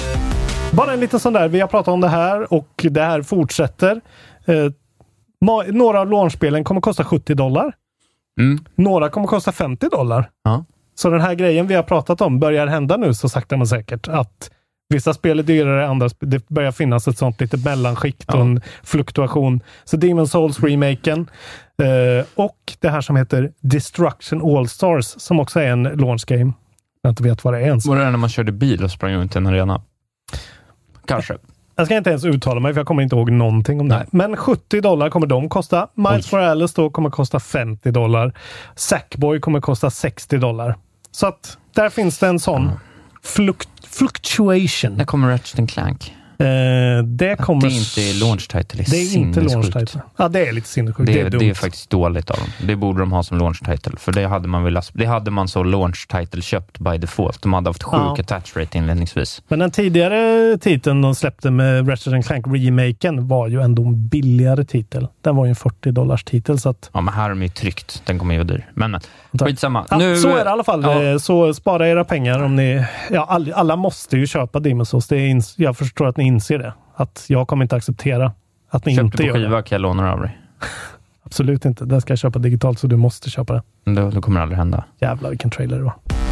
Bara en liten sån där, vi har pratat om det här och det här fortsätter. Eh, ma- några av launchspelen kommer kosta sjuttio dollar.
Mm.
Några kommer kosta femtio dollar.
Ja.
Så den här grejen vi har pratat om börjar hända nu så sakta men säkert. Att vissa spel är dyrare, andra sp- det börjar finnas ett sånt lite mellanskikt ja. och en fluktuation. Så Demon's Souls-remaken eh, och det här som heter Destruction All-Stars som också är en launch game. Jag inte vet vad det är ens.
Var det när man körde bil och sprang runt i en arena? Kanske.
Jag ska inte ens uttala mig för jag kommer inte ihåg någonting om det. Men sjuttio dollar kommer de kosta. Miles Oj. Morales då kommer kosta femtio dollar. Sackboy kommer kosta sextio dollar. Så att där finns det en sån mm. flukt, fluctuation.
Där kommer Ratchet and Clank.
Eh, det kommer...
Det är inte launch title.
Det är inte launch title. Ja, det är lite sinnessjukt.
Det,
det, är
det är faktiskt dåligt av dem. Det borde de ha som launch title. För det hade man velat, det hade man så launch title köpt by default. De hade haft sjuk ja. attach rate inledningsvis.
Men den tidigare titeln de släppte med Ratchet and Clank remaken var ju ändå en billigare titel. Den var ju en fyrtio dollars titel. Så att...
Ja, men här är de ju tryckt. Den kommer ju vara dyr. Men, men skitsamma.
Ja,
nu...
Så är det i alla fall. Ja. Så spara era pengar om ni... Ja, all, alla måste ju köpa Demon's Souls. Det är ins- jag förstår att ni inser det. Att jag kommer inte acceptera att ni
Köpte
inte gör det.
Köpte på skiva kan jag låna av dig.
Absolut inte. Det ska jag köpa digitalt så du måste köpa det.
Då, då kommer det aldrig hända.
Jävlar vilken trailer det var.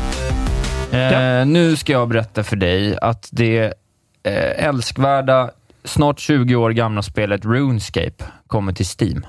Eh, ja. Nu ska jag berätta för dig att det eh, älskvärda, snart tjugo år gamla spelet RuneScape kommer till Steam.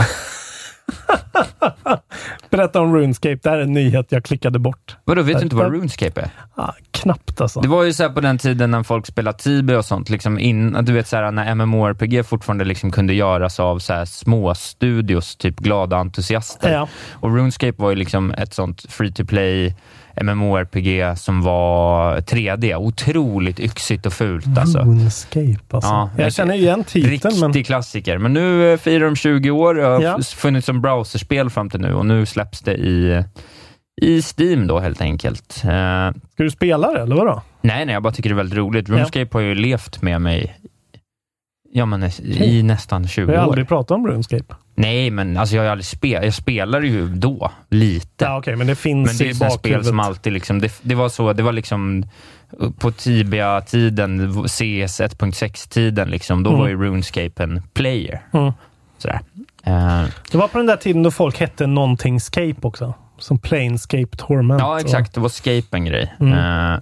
Berätta om RuneScape. Det här är en nyhet jag klickade bort.
Vadå, vet du inte vad RuneScape är?
Ah, knappt alltså.
Det var ju så här på den tiden när folk spelade Tibia och sånt. Liksom in, du vet så här, när MMORPG fortfarande liksom kunde göras av så här små studios, typ glada entusiaster.
Ja.
Och RuneScape var ju liksom ett sånt free-to-play MMORPG som var tre D. Otroligt yxigt och fult alltså.
RuneScape alltså. Ja, jag känner igen titeln.
Riktig
men...
klassiker. Men nu firar de tjugo år. Det har
ja.
funnits som browserspel fram till nu. Och nu släpps det i, i Steam då helt enkelt. Uh,
Ska du spela det eller vadå?
Nej, nej. Jag bara tycker det är väldigt roligt. RuneScape ja. har ju levt med mig ja, men, i nästan tjugo år.
Jag har aldrig pratat om RuneScape.
Nej, men alltså jag har aldrig spelat. Jag spelade ju då lite.
Ja, okej, okay, men det finns
men det är
i bakhuvudet.
spel som alltid liksom det, det var så, det var liksom på Tibia-tiden, C S ett punkt sex-tiden liksom, då mm. var ju RuneScape en player. Mm. Sådär. Uh,
det var på den där tiden då folk hette någonting Scape också. Som Planescape Torment.
Ja, exakt. Och... Det var Scape en grej.
Mm.
Uh,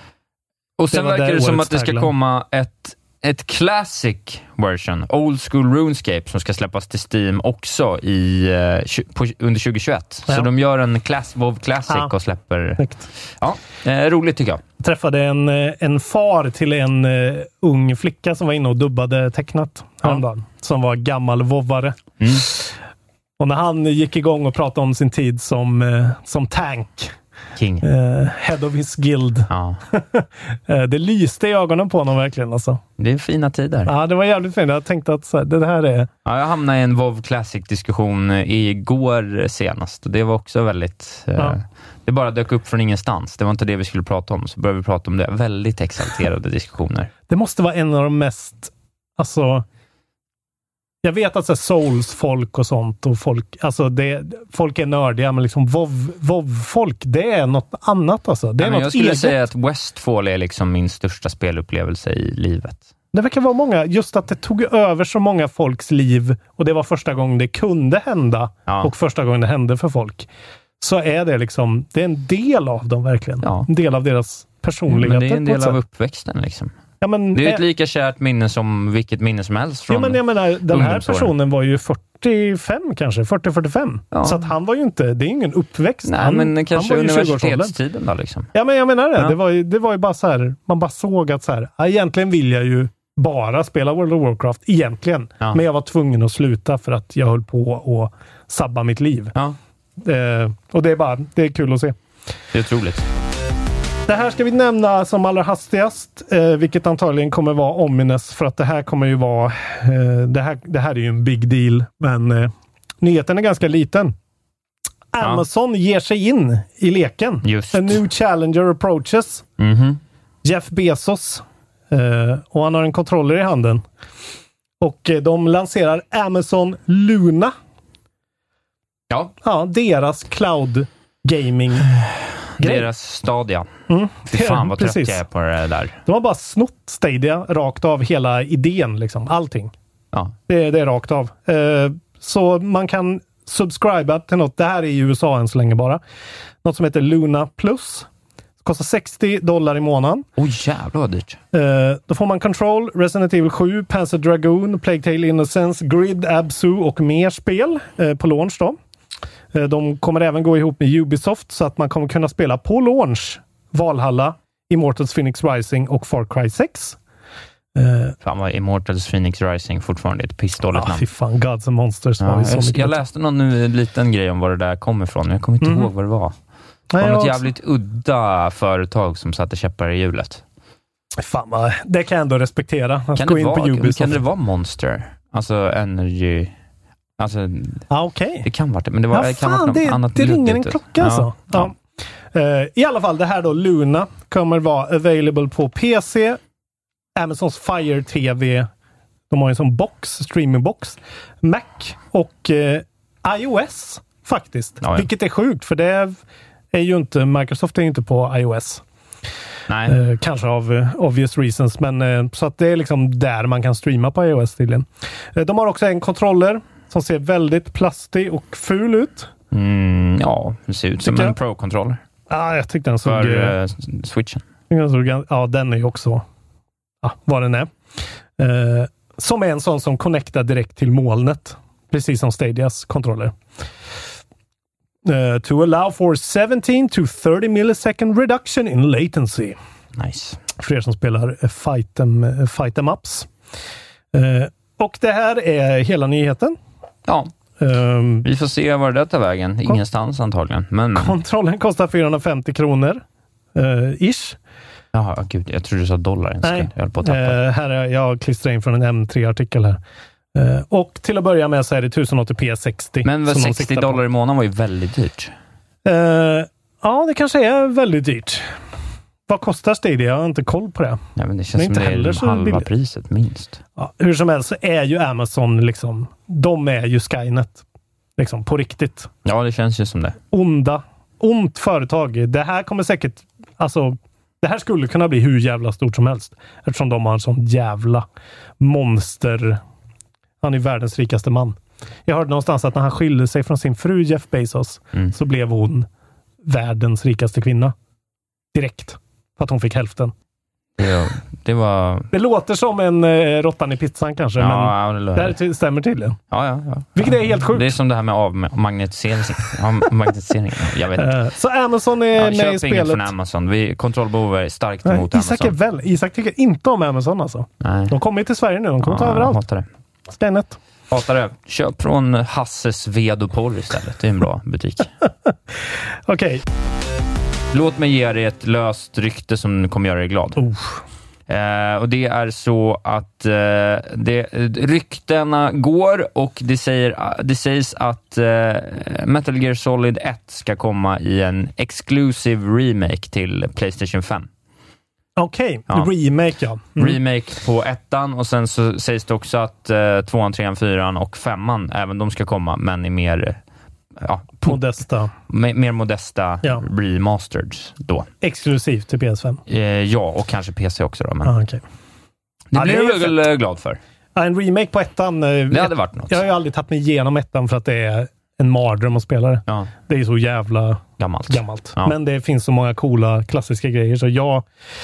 och sen det verkar det som att det ska tagline. komma ett Ett classic version, old school RuneScape, som ska släppas till Steam också i, uh, på, under tjugo tjugoett. Ja. Så de gör en class, WoW Classic ja. och släpper... Snyggt. Ja, eh, roligt tycker jag.
Jag träffade en, en far till en uh, ung flicka som var inne och dubbade tecknat häromdagen. Ja. Som var gammal vovvare. Mm. Och när han gick igång och pratade om sin tid som, uh, som tank...
King.
Uh, head of his guild. Ja. Det lyste i ögonen på honom verkligen. Alltså.
Det är fina tider.
Ja, det var jävligt fint. Jag tänkte att så här, det här är... Ja,
jag hamnade i en WoW Classic-diskussion igår senast. Det var också väldigt... Ja. Uh, det bara dök upp från ingenstans. Det var inte det vi skulle prata om. Så började vi prata om det. Väldigt exalterade diskussioner.
Det måste vara en av de mest... Alltså... Jag vet att så Souls-folk och sånt och folk, alltså det, folk är nördiga, men liksom WoW, WoW-folk, det är något annat alltså. Det är
Nej,
något
jag skulle
eget.
säga att Westfall är liksom min största spelupplevelse i livet.
Det verkar vara många, just att det tog över så många folks liv och det var första gången det kunde hända ja. och första gången det hände för folk. Så är det liksom, det är en del av dem verkligen. Ja. En del av deras personlighet.
Men det är en del av uppväxten liksom.
Ja, men,
det är ett lika kärt minne som vilket minne som helst från
ja, men jag menar, den här personen var ju fyrtiofem kanske, fyrtio fyrtiofem. Ja. Så att han var ju inte, det är ingen uppväxt.
Nej,
han,
men kanske universitetstiden då liksom.
Ja, men jag menar det.
Ja.
Det, var ju, det var ju bara så här, man bara såg att så här, ja, egentligen vill jag ju bara spela World of Warcraft, egentligen. Ja. Men jag var tvungen att sluta för att jag höll på att sabba mitt liv.
Ja.
Eh, och det är bara, det är kul att se.
Det är otroligt.
Det här ska vi nämna som allra hastigast, eh, vilket antagligen kommer vara ominous, för att det här kommer ju vara, eh, det, här, det här är ju en big deal, men eh, nyheten är ganska liten. Ja. Amazon ger sig in i leken.
Just.
A new challenger approaches.
Mm-hmm.
Jeff Bezos. Eh, och han har en kontroller i handen. Och eh, de lanserar Amazon Luna.
Ja.
Ja, deras cloud gaming grej.
Deras Stadia.
Mm.
Fy fan vad trött
Precis.
jag är på det där.
De har bara snott Stadia rakt av hela idén, liksom. Allting.
Ja.
Det, det är rakt av. Eh, så man kan subscriba till något. Det här är i U S A än så länge bara. Något som heter Luna Plus. Kostar sextio dollar i månaden.
Oj, oh, jävlar vad dyrt.
Eh, då får man Control, Resident Evil sju, Panzer Dragoon, Plague Tale Innocence, Grid, Absu och mer spel eh, på launch då. Eh, de kommer även gå ihop med Ubisoft så att man kommer kunna spela på launch Valhalla, Immortals Phoenix Rising och Far Cry sex.
Uh, fan vad Immortals Phoenix Rising fortfarande är ett pissdåligt
ah,
namn.
Fy fan, Gods and Monsters var
ja,
ju så
jag,
mycket.
jag läste någon nu, liten grej om var det där kommer ifrån, men jag kommer inte mm. ihåg vad det var. Det var
Nej,
något
också.
jävligt udda företag som satte käppar i hjulet.
Fan vad, det kan jag ändå respektera.
Kan det, vara, kan det vara Monster? Alltså Energy... Alltså...
Ah, okej. Okay.
Det kan vara det, men det var...
Ja,
det kan
fan,
vara
det,
annat
det ringer en
luddigt.
klocka alltså. Ja. Ja. Uh, I alla fall, det här då, Luna, kommer vara available på P C, Amazons Fire T V, de har ju en sån box, streamingbox, Mac och uh, iOS faktiskt. Ja, ja. Vilket är sjukt, för det är ju inte, Microsoft är ju inte på iOS.
Nej.
Uh, kanske av uh, obvious reasons, men uh, så att det är liksom där man kan streama på iOS tydligen. Uh, de har också en kontroller som ser väldigt plastig och ful ut.
Mm, ja, det ser ut som en Pro-kontroller.
Ja, ah, jag tyckte den såg...
För uh, Switchen.
Den såg, ja, den är ju också ja, vad den är. Uh, som är en sån som connectar direkt till molnet. Precis som Stadias kontroller. Uh, to allow for seventeen to thirty millisecond reduction in latency.
Nice.
För er som spelar fight em, fight em ups. Uh, och det här är hela nyheten.
Ja. Um, vi får se var det tar vägen. Ingenstans antagligen. Men...
Kontrollen kostar fyrahundrafemtio kronor. Uh, ish.
Jaha, gud. Jag tror du sa dollar en sekund. Jag höll på att tappa.
Uh, här är jag klistrar in från en M tre-artikel här. Uh, och till att börja med så är det tusen åttio p sextio.
Men sextio dollar i månaden var ju väldigt dyrt.
Uh, ja, det kanske är väldigt dyrt. Vad kostar Stadia? Jag har inte koll på det.
Ja, men det känns det som det är halva billigt. Priset, minst.
Ja, hur som helst så är ju Amazon liksom, de är ju Skynet. Liksom, på riktigt.
Ja, det känns ju som det.
Onda. Ont företag. Det här kommer säkert, alltså, det här skulle kunna bli hur jävla stort som helst. Eftersom de har en sån jävla monster. Han är världens rikaste man. Jag hörde någonstans att när han skilde sig från sin fru Jeff Bezos mm. så blev hon världens rikaste kvinna. Direkt. För att hon fick hälften.
Ja, det var...
Det låter som en eh, råttan i pizzan kanske,
ja,
men det, det här stämmer tydligen.
Ja, ja, ja.
Vilket
ja.
är helt sjukt.
Det är som det här med avmagnetisering. Avmagnetisering. Jag vet inte. Uh,
så Amazon är ja, med i spelet.
Köp ingen från Amazon. Vi, kontrollbehov är starkt emot
Nej, Isak
Amazon.
Är väl, Isak tycker inte om Amazon alltså. Nej. De kommer till Sverige nu. De kommer ja, ta överallt.
Hatar det.
Skynet.
Hatar det. Köp från Hasses ved och porr istället. Det är en bra butik.
Okej. Okay.
Låt mig ge dig ett löst rykte som kommer göra dig glad.
Oh.
Eh, och det är så att eh, det, ryktena går och det, säger, det sägs att eh, Metal Gear Solid ett ska komma i en exclusive remake till PlayStation fem.
Okej, okay. ja. Remake ja.
Mm. Remake på ettan och sen så sägs det också att eh, tvåan, trean, fyran och femman även de ska komma men i mer ja,
modesta.
Mer, mer modesta ja. Remastered då.
Exklusivt till P S fem?
Eh, ja, och kanske P C också då. Men
ah, okay.
det
ja,
blir jag väl fett. glad för.
Ja, en remake på ettan. Eh,
det hade varit något.
Jag har ju aldrig tagit mig igenom ettan för att det är en mardröm att spela det.
Ja.
Det är så jävla
gammalt.
gammalt.
Ja.
Men det finns så många coola klassiska grejer så jag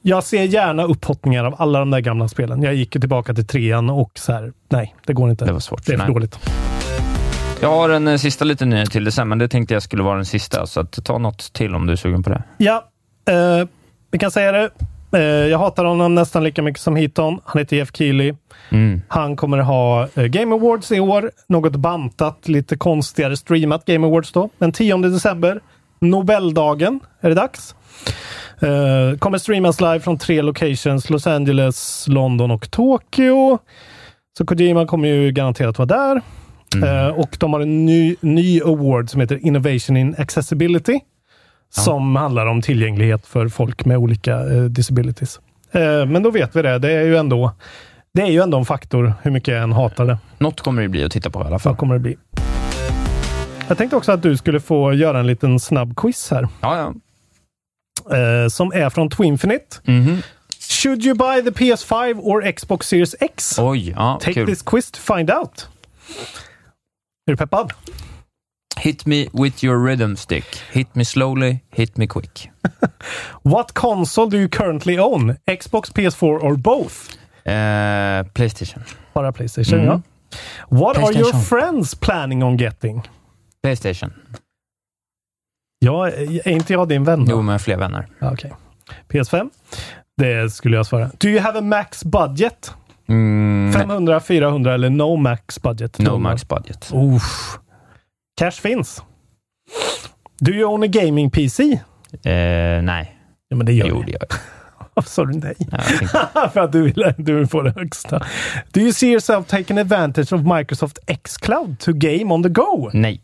Jag ser gärna upphottningar av alla de där gamla spelen. Jag gick tillbaka till trean och så här, nej, det går inte.
Det var svårt.
Det är för
nej.
dåligt.
Jag har en eh, sista liten nyhet till det sen, men det tänkte jag skulle vara den sista. Så att, ta något till om du är sugen på det.
Ja, eh, vi kan säga det. Eh, jag hatar honom nästan lika mycket som Heaton. Han heter Jeff Keighley.
Mm.
Han kommer ha eh, Game Awards i år. Något bantat, lite konstigare streamat Game Awards då. Den tionde december. Nobeldagen är det dags. Uh, kommer streamas live från tre locations. Los Angeles, London och Tokyo. Så Kojima kommer ju garanterat vara där. Mm. Uh, och de har en ny, ny award som heter Innovation in Accessibility. Ja. Som handlar om tillgänglighet för folk med olika uh, disabilities. Uh, men då vet vi det. Det är ju ändå det är ju ändå en faktor hur mycket jag än hatar det.
Något kommer det bli att titta på i alla fall.
Vad kommer det bli? Jag tänkte också att du skulle få göra en liten snabb quiz här.
Ja, ja.
Uh, som är från Twinfinite.
Mm-hmm.
Should you buy the P S five or Xbox Series X?
Oj, ja,
Take
kul.
this quiz to find out. Är du peppad?
Hit me with your rhythm stick. Hit me slowly, hit me quick.
What console do you currently own? Xbox, P S four or both?
Uh, PlayStation.
Bara PlayStation,
Mm.
ja. What
PlayStation.
are your friends planning on getting?
PlayStation.
Ja, är inte jag din vän då?
Jo, med fler vänner.
Ja, okej. P S fem? Det skulle jag svara. Do you have a max budget?
Mm,
femhundra, fyrahundra eller no max budget?
no max budget.
Uff. Cash finns. Do you own a gaming P C?
Uh, nej.
Ja, men det gör
jo,
jag.
det gör jag.
Varför sa du nej?
Ja, jag tänkte...
För att du vill, du vill få det högsta. Do you see yourself taking advantage of Microsoft xCloud to game on the go?
Nej.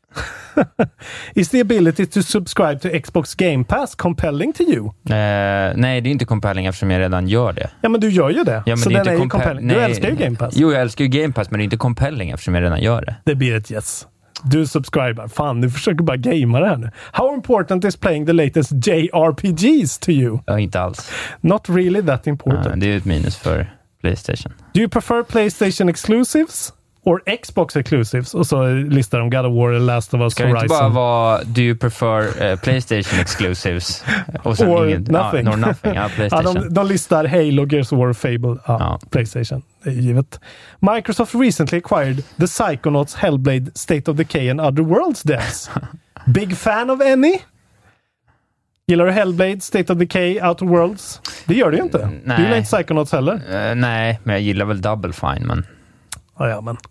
Is the ability to subscribe to Xbox Game Pass compelling to you?
Uh, nej, det är inte compelling eftersom jag redan gör det.
Ja, men du gör ju det.
Ja, men
så
det är
den
inte
är ju
compel-
compelling.
nej,
Du älskar ju Game Pass.
Jo, jag älskar ju Game Pass, men det är inte compelling eftersom jag redan gör det.
Det blir ett yes. Du subscriber. Fan, du försöker bara gamea det här nu. How important is playing the latest J R P Gs to you?
Ja, inte alls.
Not really that important.
Ja, det är ju ett minus för PlayStation.
Do you prefer PlayStation exclusives or Xbox exclusives? Och så listar de God of War, Last of Us,
Ska det
Horizon.
inte bara vara do you prefer uh, PlayStation exclusives? Och sen
or
ingen,
nothing.
Ja, or nothing. Ja, PlayStation.
Ja, de, de listar Halo, Gears of War, Fable. Ja,
Ja.
PlayStation. Det är givet. Microsoft recently acquired the Psychonauts, Hellblade, State of Decay and Other Worlds devs. Big fan of any? Gillar du Hellblade, State of Decay, Outer Worlds? Det gör du ju inte.
Nej.
Du gillar inte Psychonauts heller.
Uh, nej, men jag gillar väl Double Fine, men...
Ja, ja, men...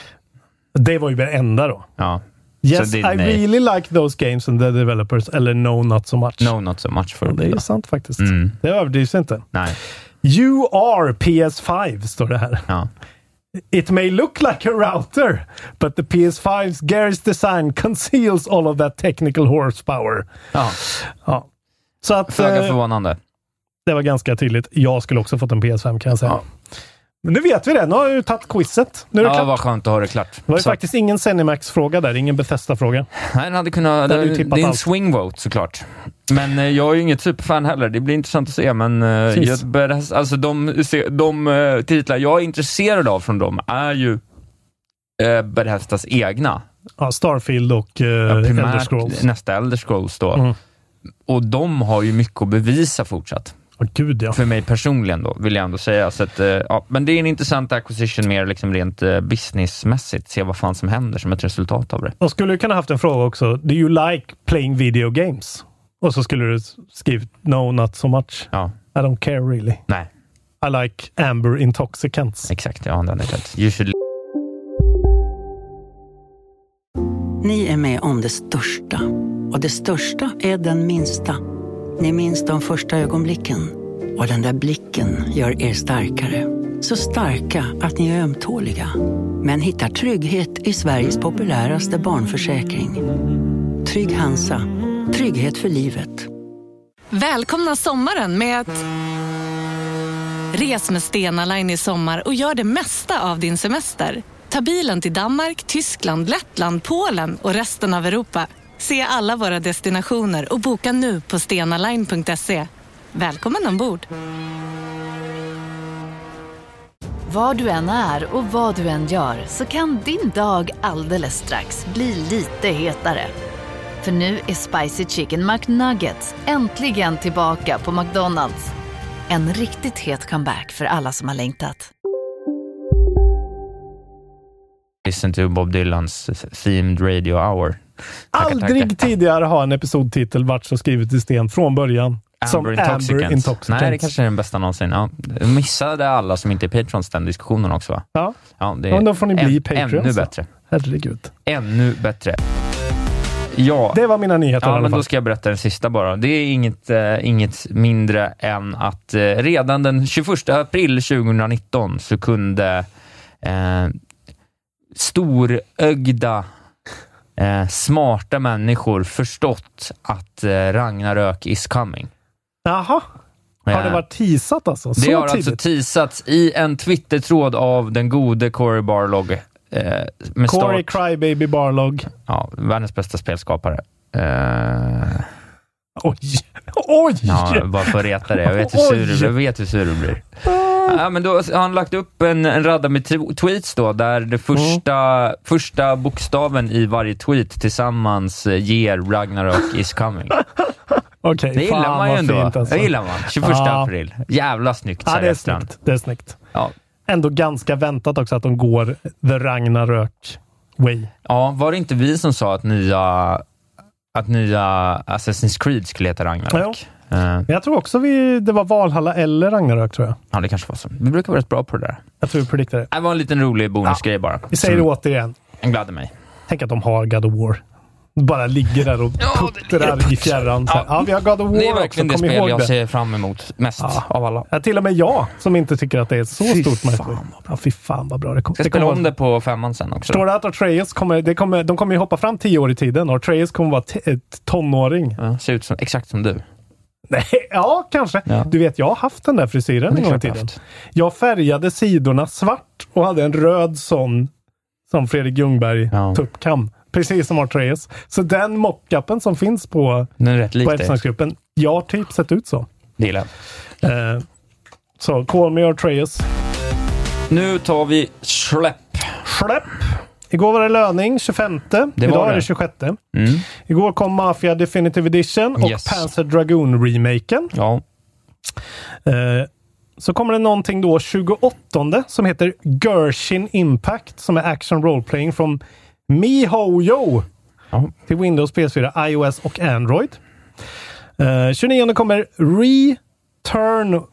Det var ju det enda då.
Ja.
Yes,
det,
I
nej.
really like those games and the developers. Eller no, not so much.
No, not so much för
Ja, det är
det.
sant faktiskt.
Mm.
Det överdrivs inte.
Nej.
You are P S five, står det här.
Ja.
It may look like a router, but the P S five's garish design conceals all of that technical horsepower.
Ja.
Ja. Så att...
Föga
eh,
förvånande.
det var ganska tydligt. Jag skulle också fått en P S fem, kan jag säga.
Ja.
Men nu vet vi det. Nu har du tagit quizet. Nu är det
Ja,
klart.
vad skönt att ha det klart.
Det var ju
Så-
faktiskt ingen Zenimax-fråga där. Ingen Bethesda-fråga.
Nej, den hade kunnat...
Där hade
Det,
du tippat
det är en
allt.
swing vote såklart. Men eh, jag är ju inget superfan heller. Det blir intressant att se. Men eh,
Precis.
jag börjar, alltså, de, se- de eh, titlar jag är intresserad av från dem är ju eh, Bethesdas egna.
Ja, Starfield och uh,
Ja,
Elder
primärt
Scrolls.
nästa Elder Scrolls då.
Mm.
Och de har ju mycket att bevisa fortsatt.
Åh, gud ja.
För mig personligen då, vill jag ändå säga. Så att, eh, ja, men det är en intressant acquisition mer liksom rent eh, businessmässigt. Se vad fan som händer som ett resultat av det.
Och skulle du kunna haft en fråga också. Do you like playing video games? Och så skulle du skrivit no, not so much.
Ja,
I don't care really.
nej,
I like amber intoxicants.
exakt. Ja, den är rätt. You should...
Ni är med om det största. Och det största är den minsta. Ni minns de första ögonblicken. Och den där blicken gör er starkare. Så starka att ni är ömtåliga. Men hittar trygghet i Sveriges populäraste barnförsäkring. Trygg Hansa. Trygghet för livet.
Välkomna sommaren med att... Res med Stena Line i sommar och gör det mesta av din semester. Ta bilen till Danmark, Tyskland, Lettland, Polen och resten av Europa. Se alla våra destinationer och boka nu på stenaline punkt se. Välkommen ombord!
Var du än är och vad du än gör så kan din dag alldeles strax bli lite hetare. För nu är Spicy Chicken McNuggets äntligen tillbaka på McDonald's. En riktigt het comeback för alla som har längtat.
Listen to Bob Dylans themed radio hour. Tackar,
Aldrig
tackar.
tidigare har en episodtitel varit så skrivet i sten från början.
Amber
som
Intoxicants.
Amber Intoxicants.
Nej, det kanske är den bästa någonsin. Ja. Missade alla som inte är Patrons den diskussionen också, va?
Ja,
ja det är
ja då får ni bli
en,
Patreons.
ännu bättre.
Herregud.
Ännu bättre. Ja.
Det var mina nyheter
ja,
i alla
men
fall.
då ska jag berätta den sista bara. Det är inget, äh, inget mindre än att äh, redan den tjugoförsta april tjugonitton så kunde äh, storögda äh, smarta människor förstått att äh, Ragnarök is coming.
Jaha. Har det varit teasat alltså? Så
det har
tidigt?
alltså teasats i en Twitter-tråd av den gode Cory Barlog. Eh, med
Cory
start...
Crybaby Barlog.
Ja, världens bästa spelskapare. Eh...
Oj! Oj!
Ja, bara för att reta det. Jag vet hur sur du blir. Jag vet hur sur du blir. Ja, men då har han lagt upp en, en radda med t- tweets då, där det första, mm. första bokstaven i varje tweet tillsammans ger Ragnarök is coming.
Okay,
det gillar
fan,
man ju ändå.
Fint, alltså.
Det gillar man. tjugoförsta
ja.
april. Jävla snyggt.
Ja, det är snyggt. Det är snyggt.
Ja.
Ändå ganska väntat också att de går the Ragnarök way.
Ja, var det inte vi som sa att nya att nya Assassin's Creed skulle heta Ragnarök?
Ja. Uh. Jag tror också vi, det var Valhalla eller Ragnarök, tror jag.
Ja, det kanske var så. Vi brukar vara rätt bra på det där.
Jag tror vi prediktade det.
Det var en liten rolig bonusgrej ja. bara.
Vi säger det återigen.
Den gladde mig.
Tänk att de har God of War. Bara ligger där och
ja,
puttrar i fjärran. Ja. ja, vi har God of War.
Det är verkligen
också.
det
Kom
spel jag
det.
ser fram emot mest ja. av alla.
Ja, till och med jag som inte tycker att det är så
fy
stort.
Fan,
ja, fy fan vad bra det kommer.
Jag ska spela om det på femman sen också.
Står det att Atreus kommer, det kommer, de kommer ju hoppa fram tio år i tiden och Atreus kommer vara t- ett tonåring.
Ja, ser ut som, exakt som du.
Nej, ja, kanske. Ja. Du vet, jag har haft den där frisyren en gång i tiden. Haft. Jag färgade sidorna svart och hade en röd sån som Fredrik Ljungberg ja. tuppkam. Precis som Atreus. Så den mockupen som finns på, på Epsnacksgruppen, jag har typ sett ut så.
Det gillar
jag. Eh, så, call me Atreus.
Nu tar vi släpp.
Släpp. Igår var det löning, tjugofemte.
Det
Idag
var det.
är det tjugosjätte.
Mm.
Igår kom Mafia Definitive Edition och
yes.
Panzer Dragoon-remaken.
Ja.
Eh, så kommer det någonting då tjugoåttonde som heter Genshin Impact, som är action role-playing från MiHoYo
ja.
till Windows, P S fyra, iOS och Android. Uh, tjugonionde kommer Return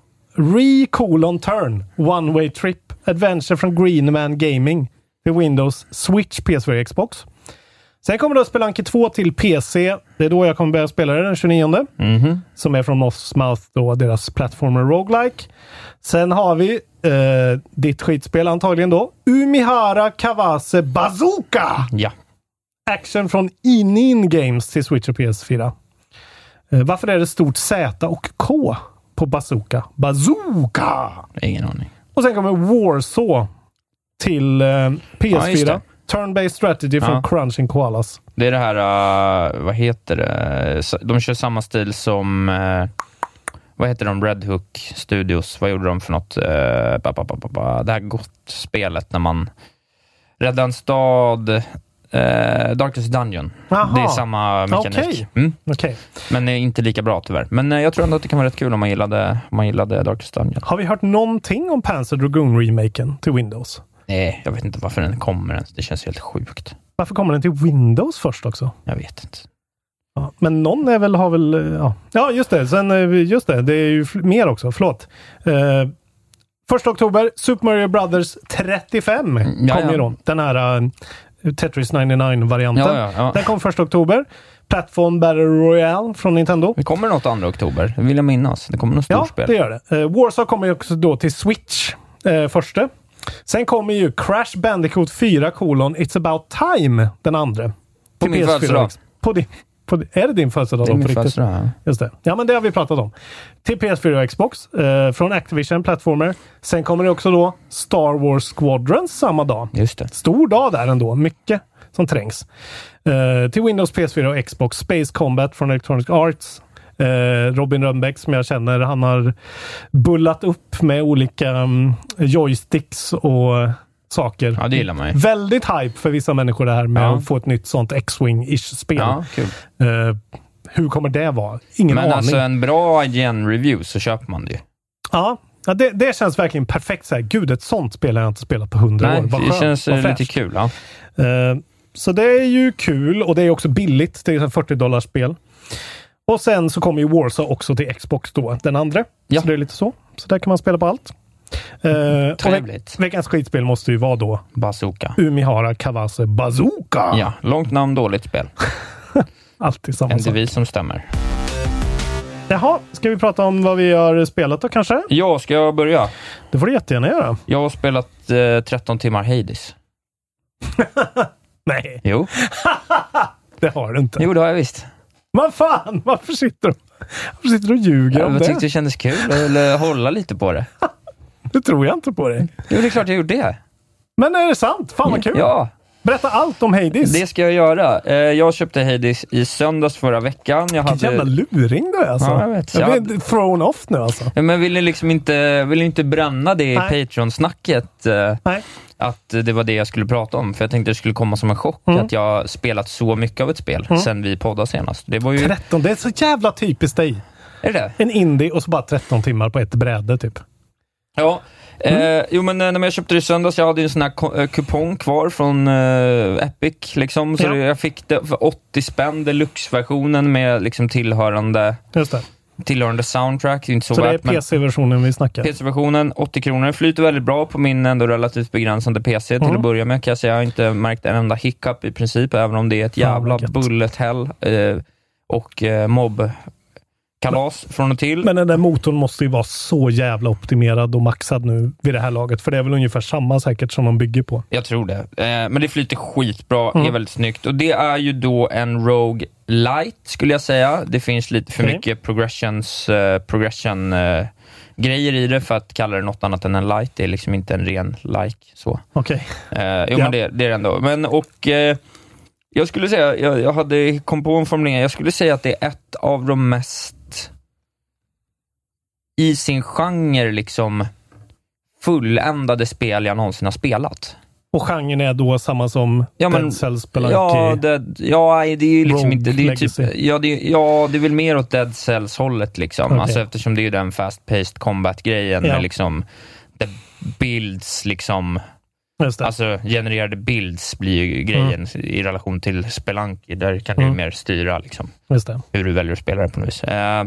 Re-colon Turn One Way Trip Adventure från Green Man Gaming till Windows, Switch, P S fyra, Xbox. Sen kommer då Spelunky två till P C. Det är då jag kommer börja spela det den tjugonionde.
Mm-hmm.
Som är från Mossmouth då, deras platformer roguelike. Sen har vi eh, ditt skitspel antagligen då. Umihara Kawase Bazooka!
Ja.
Action från Inin Games till Switch och P S fyra. Eh, varför är det stort Z och K på Bazooka? Bazooka!
Ingen aning.
Och sen kommer Warsaw till eh, P S fyra.
Ja,
Turn-based strategy från
ja.
Crunching Koalas.
Det är det här, uh, vad heter det? De kör samma stil som, uh, vad heter de? Red Hook Studios. Vad gjorde de för något? Uh, ba, ba, ba, ba, ba. Det här gott spelet när man räddar en stad. Uh, Darkest Dungeon.
Aha.
Det är samma mekanik.
Okay.
Mm.
Okay.
Men är inte lika bra tyvärr. Men uh, jag tror ändå att det kan vara rätt kul om man gillade, om man gillade Darkest Dungeon.
Har vi hört någonting om Panzer Dragoon-remaken till Windows?
Nej, jag vet inte varför den kommer ens. Det känns helt sjukt.
Varför kommer den till Windows först också?
Jag vet inte.
Ja, men någon är väl, har väl... Ja, ja just det. Sen, just det. Det är ju mer också. Förlåt. Uh, första oktober, Super Mario Brothers trettiofem
ja,
kom
ja.
ju då. Den här uh, Tetris nittionio-varianten.
Ja, ja, ja.
Den kom första oktober. Platform Battle Royale från Nintendo.
Det kommer något andra oktober. Det vill jag minnas. Det kommer något stort
ja,
spel.
Ja, det gör det. Uh, Warsaw kommer ju också då till Switch. Uh, första. Sen kommer ju Crash Bandicoot fyra kolon It's About Time den andra.
På min födelsedag.
På din, på din, är det din födelsedag?
Det är
då,
min
på
födelsedag, ja.
Just det. Ja, men det har vi pratat om. Till P S fyra och Xbox. Eh, från Activision Platformer. Sen kommer det också då Star Wars Squadrons samma dag.
Just det.
Stor dag där ändå. Mycket som trängs. Eh, till Windows, P S fyra och Xbox. Space Combat från Electronic Arts. Eh, Robin Rönnbäck som jag känner, han har bullat upp med olika um, joysticks och saker.
Ja, det gillar man ju.
Väldigt hype för vissa människor det här med
ja.
att få ett nytt sånt X-Wing-ish spel.
Ja, kul.
Eh, hur kommer det vara? Ingen
Men
aning.
alltså en bra I G N-review så köper man det ju.
Ja, ja det, det känns verkligen perfekt. Så här, gud, ett sånt spel har jag inte spelat på hundra år. Vad
det
skönt,
känns
vad
lite kul. Ja.
Uh, så det är ju kul och det är också billigt. Det är ett fyrtio dollars spel. Och sen så kommer ju Warsaw också till Xbox då, den andra. Ja. Så det är lite så. Så där kan man spela på allt. Uh,
Trevligt.
Veck- veckans skitspel måste ju vara då
Bazooka.
Umihara Kawase Bazooka.
Ja, långt namn, dåligt spel.
Alltid samma
en
sak.
devis som stämmer.
Jaha, ska vi prata om vad vi har spelat då kanske?
Ja, ska jag börja?
Det får du jättegärna göra.
Jag har spelat eh, tretton timmar Hades.
Nej.
Jo.
Det har du inte.
Jo, det har jag visst.
Vad fan, varför sitter du, varför sitter du och ljuger
ja,
om
jag
det?
Jag tyckte det kändes kul. Jag ville hålla lite på det.
Det tror jag inte på dig.
Jo, det är klart jag gjorde det.
Men är det sant? Fan vad kul.
Ja.
Berätta allt om Hades.
Det ska jag göra. Jag köpte Hades i söndags förra veckan. Jag hade...
Vilken jävla luring du är alltså.
Ja, jag vet.
Jag
jag
blir
hade...
thrown off nu alltså.
Ja, men ville liksom inte, ville inte bränna det i
Nej.
Patreon-snacket.
Nej.
Att det var det jag skulle prata om. För jag tänkte det skulle komma som en chock.
Mm.
Att jag spelat så mycket av ett spel
mm.
sen vi poddade senast. Det var ju...
tretton, det är så jävla typiskt dig.
Är det?
En indie och så bara tretton timmar på ett bräde typ.
Ja. Mm. Eh, jo men när jag köpte det i söndags, jag hade en sån här ko- eh, kupong kvar från eh, Epic liksom, så
ja.
det, jag fick det för åttio spänn, deluxe-versionen med liksom tillhörande
Just det.
tillhörande soundtrack. Det är inte så
så
värt,
det är P C-versionen vi snackar.
P C-versionen, åttio kronor, flyter väldigt bra på min ändå relativt begränsande P C till
mm.
att börja med. Kan jag säga, jag har inte märkt en enda hiccup i princip, även om det är ett jävla
ja,
bullet hell eh, och eh, mobb kalas från och till.
Men den där motorn måste ju vara så jävla optimerad och maxad nu vid det här laget. För det är väl ungefär samma säkert som de bygger på.
Jag tror det. Eh, men det flyter skitbra,
Mm.
är väldigt snyggt. Och det är ju då en Rogue Light skulle jag säga. Det finns lite för
okay.
mycket progressions, eh, progression eh, grejer i det för att kalla det något annat än en light. Det är liksom inte en ren like så.
Okej.
Okay. Eh, jo
ja.
men det, det är det ändå. Men och... Eh, jag skulle säga, jag, jag hade kom på en formulering, jag skulle säga att det är ett av de mest i sin genre liksom fulländade spel jag någonsin har spelat.
Och genren är då samma som
ja, men,
Dead Cells Spelunky?
Ja, Dead, ja, det är ju liksom
Rogue
inte... Det är
Legacy.
typ, ja, det, ja, det är väl mer åt Dead Cells-hållet liksom.
Okay.
Alltså, eftersom det är ju den fast-paced combat-grejen
ja.
med liksom the builds liksom...
Just det.
Alltså genererade builds blir ju grejen mm. i relation till Spelunky. Där kan mm. du mer styra liksom,
Just det.
hur du väljer att spela det på något vis. Uh,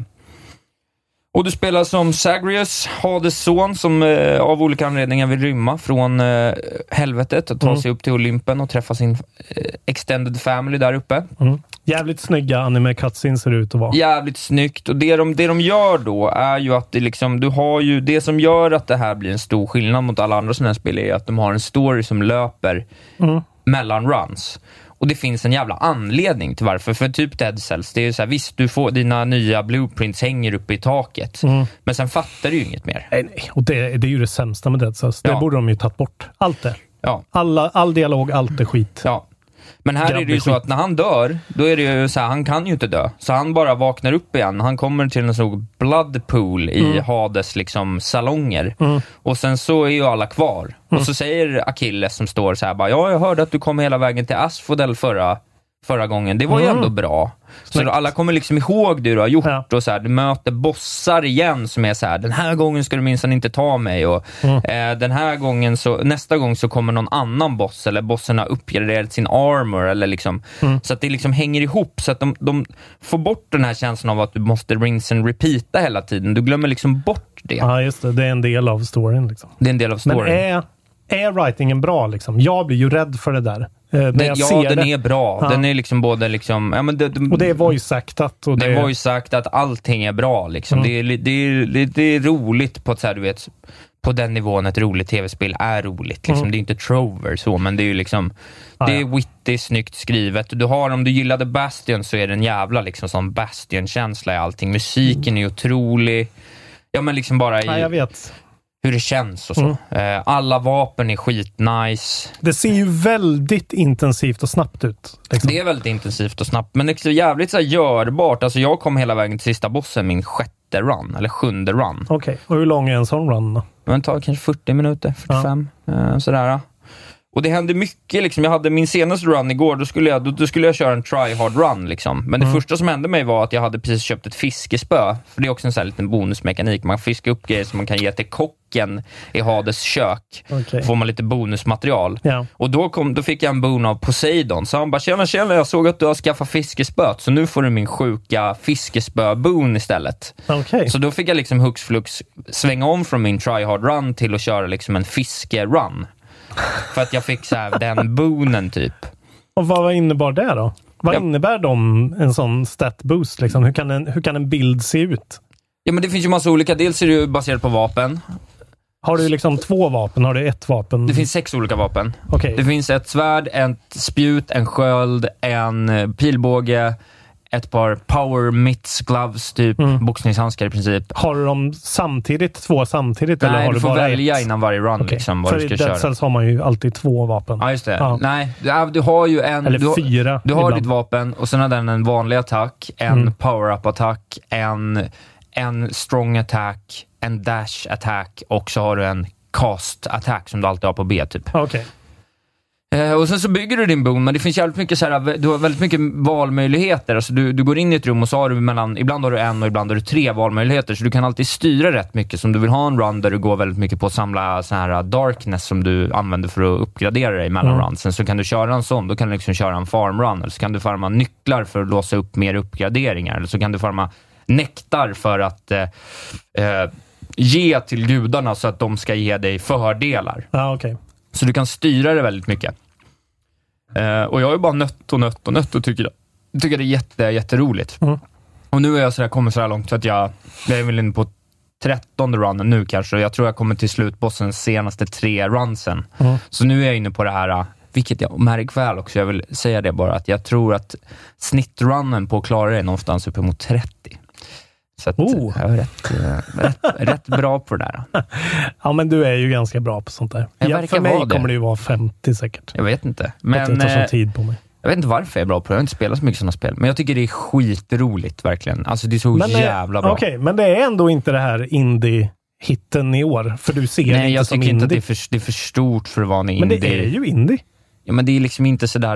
och du spelar som Zagreus, Hades son, som uh, av olika anledningar vill rymma från uh, helvetet och ta
mm.
sig upp till Olympen och träffa sin uh, extended family där uppe.
Mm. Jävligt snygga anime cutscenes ser det ut att vara.
Jävligt snyggt. Och det de, det de gör då är ju att det liksom, du har ju, det som gör att det här blir en stor skillnad mot alla andra sådana här spel är att de har en story som löper
mm.
mellan runs. Och det finns en jävla anledning till varför. För typ Dead Cells, det är ju så här, visst du får dina nya blueprints hänger uppe i taket.
Mm.
Men sen fattar du ju inget mer.
Nej, nej. Och det, det är ju det sämsta med Dead Cells. Det
ja.
borde de ju tagit bort. Allt det.
Ja.
Alla, all dialog, allt är skit.
Ja. Men här
Grabbig
är det ju så
skit.
att när han dör, då är det ju så här, han kan ju inte dö. Så han bara vaknar upp igen. Han kommer till en sån blood pool i
Mm.
Hades liksom salonger.
Mm.
Och sen så är ju alla kvar.
Mm.
Och så säger Achilles som står så här bara, ja jag hörde att du kom hela vägen till Asphodel förra förra gången. Det var ju
Mm.
ändå bra. Så
Snyggt.
då alla kommer liksom ihåg det du har gjort
Ja.
och så här, du möter bossar igen som är så här, den här gången ska du minsann inte ta mig och
Mm.
eh, den här gången så, nästa gång så kommer någon annan boss eller bossen har uppgraderat sin armor eller liksom,
Mm.
så att det liksom hänger ihop så att de, de får bort den här känslan av att du måste rinse and repeata hela tiden. Du glömmer liksom bort det.
Ja, just det. Det är en del av storyn liksom.
Det är en del av storyn.
Men är, är writingen bra liksom? Jag blir ju rädd för det där. Eh, när
Den,
jag
ja,
ser
den
det.
är bra.
Ja.
Den är liksom både liksom... Ja, men det,
Och det är voice-actat. Och
det
det
är voice-act att allting är bra. Liksom.
Mm.
Det, är, det, är, det, det är roligt på ett så här, du vet, på den nivån ett roligt tv-spel är roligt. Liksom.
Mm.
Det är inte Trover så, men det är ju liksom...
Ah,
det är
ja.
witty, snyggt skrivet. Du har, om du gillade Bastion så är det en jävla liksom sån Bastion-känsla i allting. Musiken är otrolig. Ja, men liksom bara i...
Ja, jag vet.
Hur det känns och så.
Mm.
Eh, alla vapen är skitnice.
Det ser ju väldigt intensivt och snabbt ut. Liksom.
Det är väldigt intensivt och snabbt, men det är jävligt så här görbart. Alltså jag kom hela vägen till sista bossen, min sjätte run, eller sjunde run.
Okej, okay. Och hur lång är en sån run då?
Men det tar kanske fyrtio minuter, fyrtiofem, ja. eh, sådär. Och det hände mycket, liksom. Jag hade min senaste run igår, då skulle jag, då, då skulle jag köra en try-hard run, liksom. Men det mm. första som hände mig var att jag hade precis köpt ett fiskespö. För det är också en sån här liten bonusmekanik. Man fiskar upp grejer som man kan ge till kocken i Hades kök. Okay. Får man lite bonusmaterial. Yeah. Och då, kom, då fick jag en boon av Poseidon. Så han bara, tjena, tjena, jag såg att du har skaffat fiskespöt. Så nu får du min sjuka fiskespö-boon istället. Okay. Så då fick jag liksom hux flux svänga om från min try-hard run till att köra liksom en fiske-run. För att jag fick så här, den boonen typ.
Och vad innebar det då? Vad ja. innebär de, en sån stat boost liksom? Hur kan en, hur kan en bild se ut?
Ja, men det finns ju massa olika. Dels är det ju baserat på vapen.
Har du liksom två vapen? Har du ett vapen?
Det finns sex olika vapen.
Okay.
Det finns ett svärd, ett spjut, en sköld, en pilbåge, ett par power mitts, gloves, typ mm. boxningshandskar i princip.
Har du dem samtidigt, två samtidigt?
Nej,
eller har
du,
du
får
bara
välja
ett?
Innan varje run. Okay. Liksom, vad
för
du ska
i Dead Cells har man ju alltid två vapen.
Ja, just det. Ja. Nej, du har ju en...
Eller
du,
fyra.
Du har
ibland.
ditt vapen och sen har den en vanlig attack, en mm. power-up-attack, en, en strong attack, en dash attack och så har du en cast attack som du alltid har på B typ.
Okej. Okay.
Eh, och sen så bygger du din boom, men det finns jävligt mycket så här, du har väldigt mycket valmöjligheter. Alltså du, du går in i ett rum och så har du mellan, ibland har du en och ibland har du tre valmöjligheter, så du kan alltid styra rätt mycket. Som du vill ha en run där du går väldigt mycket på att samla så här darkness som du använder för att uppgradera dig mellan mm. runs. Sen så kan du köra en sån, då kan du liksom köra en farm run, eller så kan du farma nycklar för att låsa upp mer uppgraderingar, eller så kan du farma nektar för att eh, eh, ge till gudarna så att de ska ge dig fördelar.
Ja, okej. Okay.
Så du kan styra det väldigt mycket. Uh, och jag är bara nött och nött och nött och tycker, tycker det är jätte, jätteroligt. Mm. Och nu är jag så där, kommit så här långt så att jag, jag är väl inne på trettonde runnen nu kanske. Och jag tror jag kommer till slutbossens senaste tre runsen. Mm. Så nu är jag inne på det här, vilket jag märker väl också. Jag vill säga det bara, att jag tror att snittrunnen på att klara det är någonstans uppemot trettio. Så att
oh.
jag är rätt, rätt, rätt bra på det där.
Ja, men du är ju ganska bra på sånt där. Ja, för mig kommer det ju vara femtio säkert.
Jag vet inte. Men
det tar sån tid på mig.
Jag vet inte varför jag är bra på det. Jag har inte spelat så mycket sådana spel. Men jag tycker det är skitroligt, verkligen. Alltså det är så men, jävla bra.
Okej, okay, men det är ändå inte det här indie-hitten i år. För du ser
Nej,
det inte
jag
som
tycker
indie.
inte att det är, för, det är för stort för att vara en indie.
Men det är ju indie.
Ja, men det är liksom inte sådär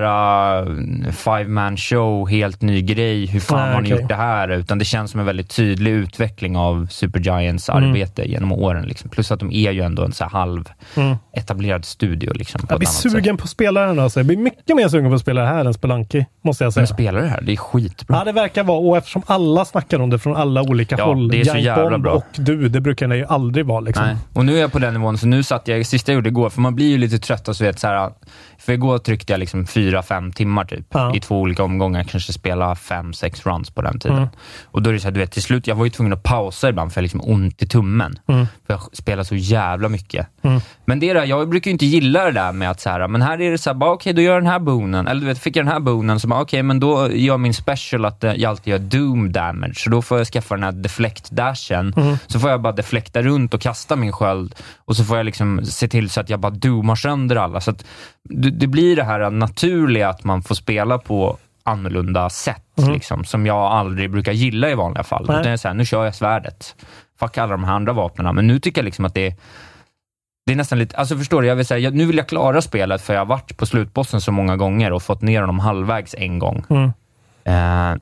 uh, five-man show, helt ny grej. Hur fan Nej, har ni okay. gjort det här? Utan det känns som en väldigt tydlig utveckling av Supergiants mm. arbete genom åren. Liksom. Plus att de är ju ändå en så här halv mm. etablerad studio. Liksom, på
jag blir sugen sätt. på att spela den. Alltså. Jag blir mycket mer sugen på att spela det här än Spelunky, måste jag säga.
Men spelar det här? Det är skitbra.
Ja, det verkar vara. Och eftersom alla snackar om det från alla olika
ja,
håll.
Det är så jävla
Bomb
bra.
Och du, det brukar det ju aldrig vara. Liksom.
Nej. Och nu är jag på den nivån. Så nu satt jag, sista jag gjorde igår. För man blir ju lite trött och så vet så här. För igår tryckte jag liksom fyra, fem timmar typ. Ja. I två olika omgångar. Kanske spela fem, sex runs på den tiden. Mm. Och då är det så här, du vet, till slut, jag var ju tvungen att pausa ibland för jag liksom ont i tummen. Mm. För jag spelar så jävla mycket. Mm. Men det är det, jag brukar ju inte gilla det där med att så här, men här är det så här, bara okej, okay, då gör den här boonen. Eller du vet, fick jag den här boonen så bara okej, okay, men då gör min special att jag alltid gör doom damage. Så då får jag skaffa den här deflect dashen. Mm. Så får jag bara deflekta runt och kasta min sköld. Och så får jag liksom se till så att jag bara doomar sönder alla. Så att det blir det här naturliga att man får spela på annorlunda sätt mm. liksom, som jag aldrig brukar gilla i vanliga fall. Utan det är så här, nu kör jag svärdet. Fuck alla de här andra vapnen. Men nu tycker jag liksom att det är det är nästan lite, alltså förstår du, jag vill säga, nu vill jag klara spelet för jag har varit på slutbossen så många gånger och fått ner honom halvvägs en gång. Mm. Eh,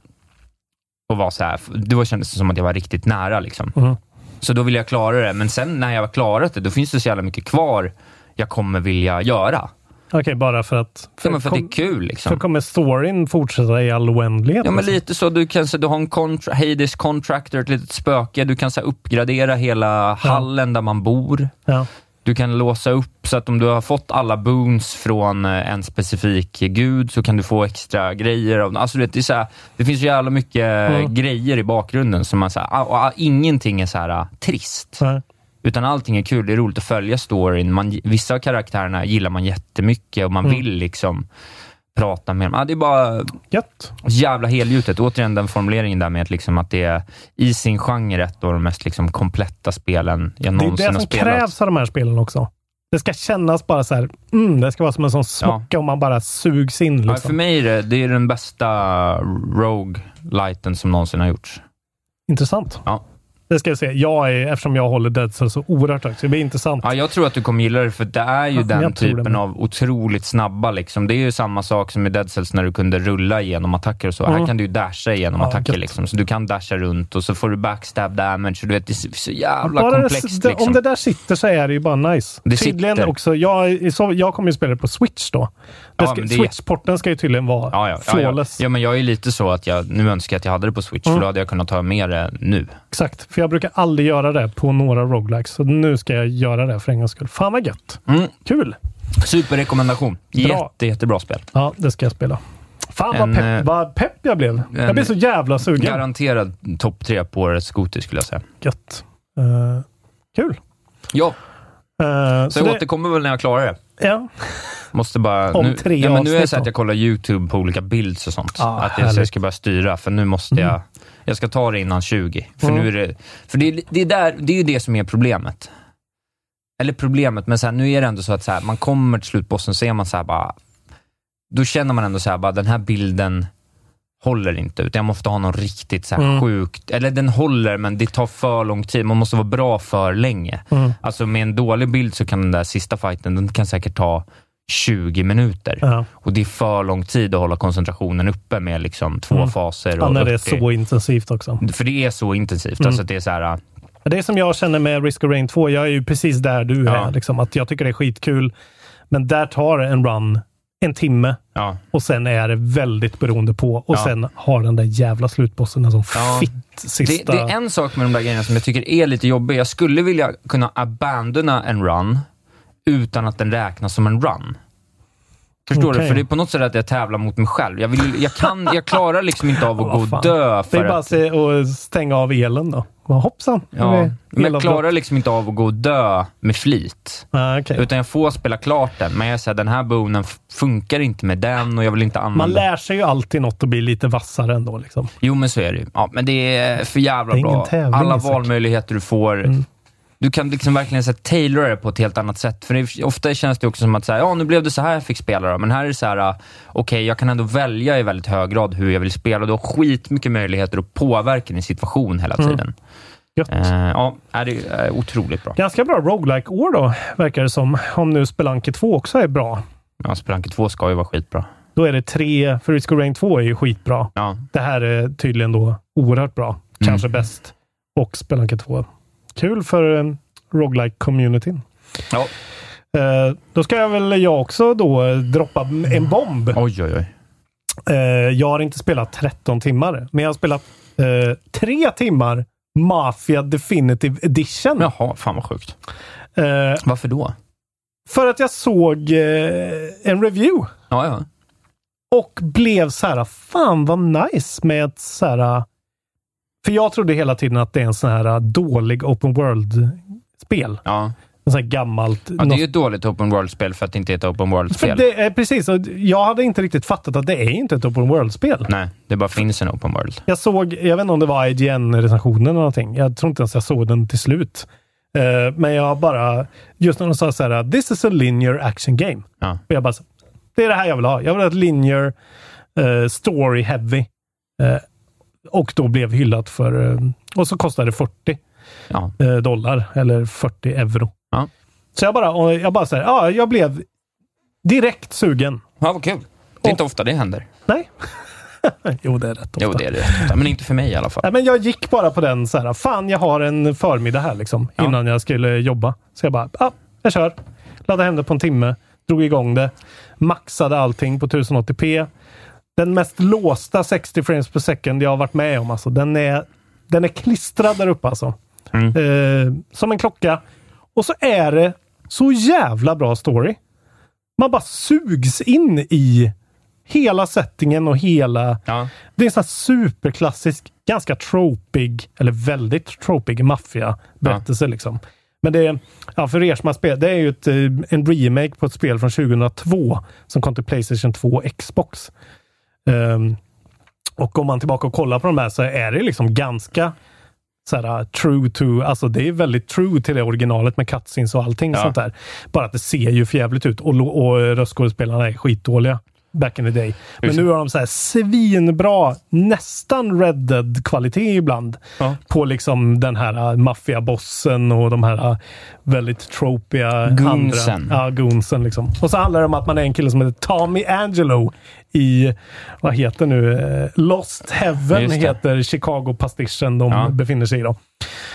och var så här, då kändes det som att jag var riktigt nära liksom. Mm. Så då vill jag klara det, men sen när jag var klarat det, då finns det så jävla mycket kvar jag kommer vilja göra.
Okej, okay, bara för att...
För, ja, men för kom, att det är kul liksom.
För kommer storyn fortsätta i all oändlighet?
Ja, men alltså? Lite så. Du kan så du har en contra- Hades Contractor, ett litet spöke. Du kan så uppgradera hela hallen ja. där man bor. Ja. Du kan låsa upp så att om du har fått alla boons från en specifik gud så kan du få extra grejer. Alltså det, är så här, det finns så jävla mycket mm. grejer i bakgrunden som man så här, och ingenting är så här trist. Mm. Utan allting är kul, det är roligt att följa storyn. Man, vissa av karaktärerna gillar man jättemycket och man mm. vill liksom prata med dem. Ja, det är bara
Gött.
jävla helgjutet. Återigen den formuleringen där med att, liksom att det är i sin genre ett av de mest liksom kompletta spelen jag någonsin har spelat.
Det är det som krävs av de här spelen också. Det ska kännas bara så här, mm, det ska vara som en sån smocka ja. och man bara sugs in. Liksom.
Ja, för mig är det, det är den bästa rogueliten som någonsin har gjorts.
Intressant.
Ja.
Det ska jag säga. Jag är, eftersom jag håller Dead Cells så oerhört högt. Så det blir intressant.
Ja, jag tror att du kommer gilla det, för det är ju ja, den typen av otroligt snabba liksom. Det är ju samma sak som i Dead Cells när du kunde rulla igenom attacker och så. Mm. Här kan du ju dasha igenom ja, attacker liksom. Så du kan dasha runt och så får du backstab damage och du vet, det är så jävla bara komplext
det,
liksom.
Om det där sitter så är det ju bara nice. Det tydligen sitter. Också, jag, så, jag kommer ju spela det på Switch då. Det ska, ja, det... Switch-porten ska ju tydligen vara ja, ja, flawless.
Ja, ja. ja, men jag är lite så att jag nu önskar att jag hade det på Switch mm. för då hade jag kunnat ta med det nu.
Exakt, för jag brukar aldrig göra det på några roguelikes. Så nu ska jag göra det för en gångs skull. Fan vad gött. Mm. Kul.
Superrekommendation. Jätte, jättebra spel.
Ja, det ska jag spela. Fan vad, en, pepp, vad pepp jag blev. Jag blev så jävla sugen.
Garanterad topp tre på årets Scooter skulle jag säga.
Gött. Uh, kul.
Ja.
Uh,
så, så jag det... återkommer väl när jag klarar det.
Ja.
Måste bara...
Om
nu,
tre
ja, men nu är det så
då.
att jag kollar YouTube på olika bilds och sånt.
Ah,
att jag, så jag ska bara styra. För nu måste mm. jag... Jag ska ta det innan tjugo. För mm. nu är det... För det, det, är där, det är ju det som är problemet. Eller problemet, men så här, nu är det ändå så att så här, man kommer till slutbossen så är man så här bara... Då känner man ändå så här bara, den här bilden håller inte. Utan jag måste ha någon riktigt så här mm. sjukt... Eller den håller, men det tar för lång tid. Man måste vara bra för länge. Mm. Alltså med en dålig bild så kan den där sista fighten, den kan säkert ta tjugo minuter. Ja. Och det är för lång tid att hålla koncentrationen uppe med liksom två mm. faser. Och
ja, när det är så intensivt också.
För det är så intensivt.
Mm.
Alltså att det är så här...
Det är som jag känner med Risk of Rain två. Jag är ju precis där du ja. är. Liksom, att jag tycker det är skitkul. Men där tar en run en timme. Ja. Och sen är det väldigt beroende på. Och ja. sen har den där jävla slutbossen en sån ja. fitt sista...
Det, det är en sak med de där grejerna som jag tycker är lite jobbig. Jag skulle vilja kunna abandona en run utan att den räknas som en run. Förstår okay. du? För det är på något sätt att jag tävlar mot mig själv. Jag, vill, jag, kan, jag klarar liksom inte av att gå och dö. För
det är bara att se och stänga av elen då. Hoppsan.
Ja, men jag klarar liksom inte av att gå och dö med flit.
Ah, okay.
Utan jag får spela klart den. Men jag säger den här bonen funkar inte med den och jag vill inte använda.
Man lär sig ju alltid något att bli lite vassare ändå liksom.
Jo, men så är det ju. Ja, men det är för jävla är bra. Tävling, alla valmöjligheter du får... Mm. Du kan liksom verkligen så här, tailora det på ett helt annat sätt. För det, ofta känns det också som att säga, ja, nu blev det så här jag fick spela då. Men här är det så här, okej, okay, jag kan ändå välja i väldigt hög grad hur jag vill spela. Du har skitmycket möjligheter att påverka din situation hela tiden. Mm. Uh, ja, det är otroligt bra.
Ganska bra roguelike år då, verkar det som. Om nu Spelunky två också är bra.
Ja, Spelunky två ska ju vara skitbra.
Då är det tre, för Risk of Rain två är ju skitbra.
Ja.
Det här är tydligen då oerhört bra. Kanske mm. bäst. Och Spelunky två. Kul för um, roguelike-communityn.
Ja.
Uh, då ska jag väl jag också då droppa en bomb.
Oj, oj, oj.
Uh, jag har inte spelat tretton timmar, men jag har spelat uh, tre timmar Mafia Definitive Edition.
Jaha, fan vad sjukt.
Uh,
Varför då?
För att jag såg uh, en review.
Ja, ja.
Och blev så här, fan vad nice med ett så här... För jag trodde hela tiden att det är en sån här dålig open world-spel.
Ja.
En sån här gammalt...
Ja, det är ju ett dåligt open world-spel för att det inte är ett open world-spel.
För det är precis, och jag hade inte riktigt fattat att det är inte ett open world-spel.
Nej, det bara finns en open world.
Jag såg, jag vet inte om det var I G N-recensionen eller någonting. Jag tror inte ens jag såg den till slut. Uh, men jag bara, just när de sa så här, this is a linear action game.
Ja.
Och jag bara, det är det här jag vill ha. Jag vill ha ett linear uh, story heavy. Uh, Och då blev hyllat för... Och så kostade det fyrtio
ja.
dollar. Eller fyrtio euro.
Ja.
Så jag bara, jag bara säger, ja, jag blev direkt sugen.
Ja, vad kul. Det är och, inte ofta det händer.
Nej. Jo, det är rätt ofta.
Jo, det är rätt ofta. Men inte för mig i alla fall.
Nej, men jag gick bara på den så här, fan, jag har en förmiddag här liksom. Ja. Innan jag skulle jobba. Så jag bara, ja, jag kör. Laddade hem det på en timme. Drog igång det. Maxade allting på tusen åttio p. Den mest låsta sextio frames per second jag har varit med om. Alltså. Den, är, den är klistrad där uppe. Alltså. Mm. Eh, som en klocka. Och så är det så jävla bra story. Man bara sugs in i hela settingen och hela... Ja. Det är en sån här superklassisk, ganska tropig, eller väldigt tropig maffia-berättelse. Ja. Liksom. Men det är, ja, för er som har spelat, det är ju ett, en remake på ett spel från tjugohundratvå som kom till PlayStation två och Xbox. Um, och om man tillbaka och kollar på de här så är det liksom ganska såhär true to, alltså det är väldigt true till det originalet med cutscenes och allting ja. Sånt där. Bara att det ser ju för jävligt ut och, och röstskådespelarna är skitdåliga. back in the day. Men nu har de så här svinbra, nästan Red Dead-kvalitet ibland. Ja. På liksom den här uh, maffiabossen och de här uh, väldigt tropiga
Goonsen.
andra. Ja, Goonsen liksom. Och så handlar det om att man är en kille som heter Tommy Angelo i, vad heter nu, uh, Lost Heaven heter Chicago-pastischen de ja. befinner sig i då.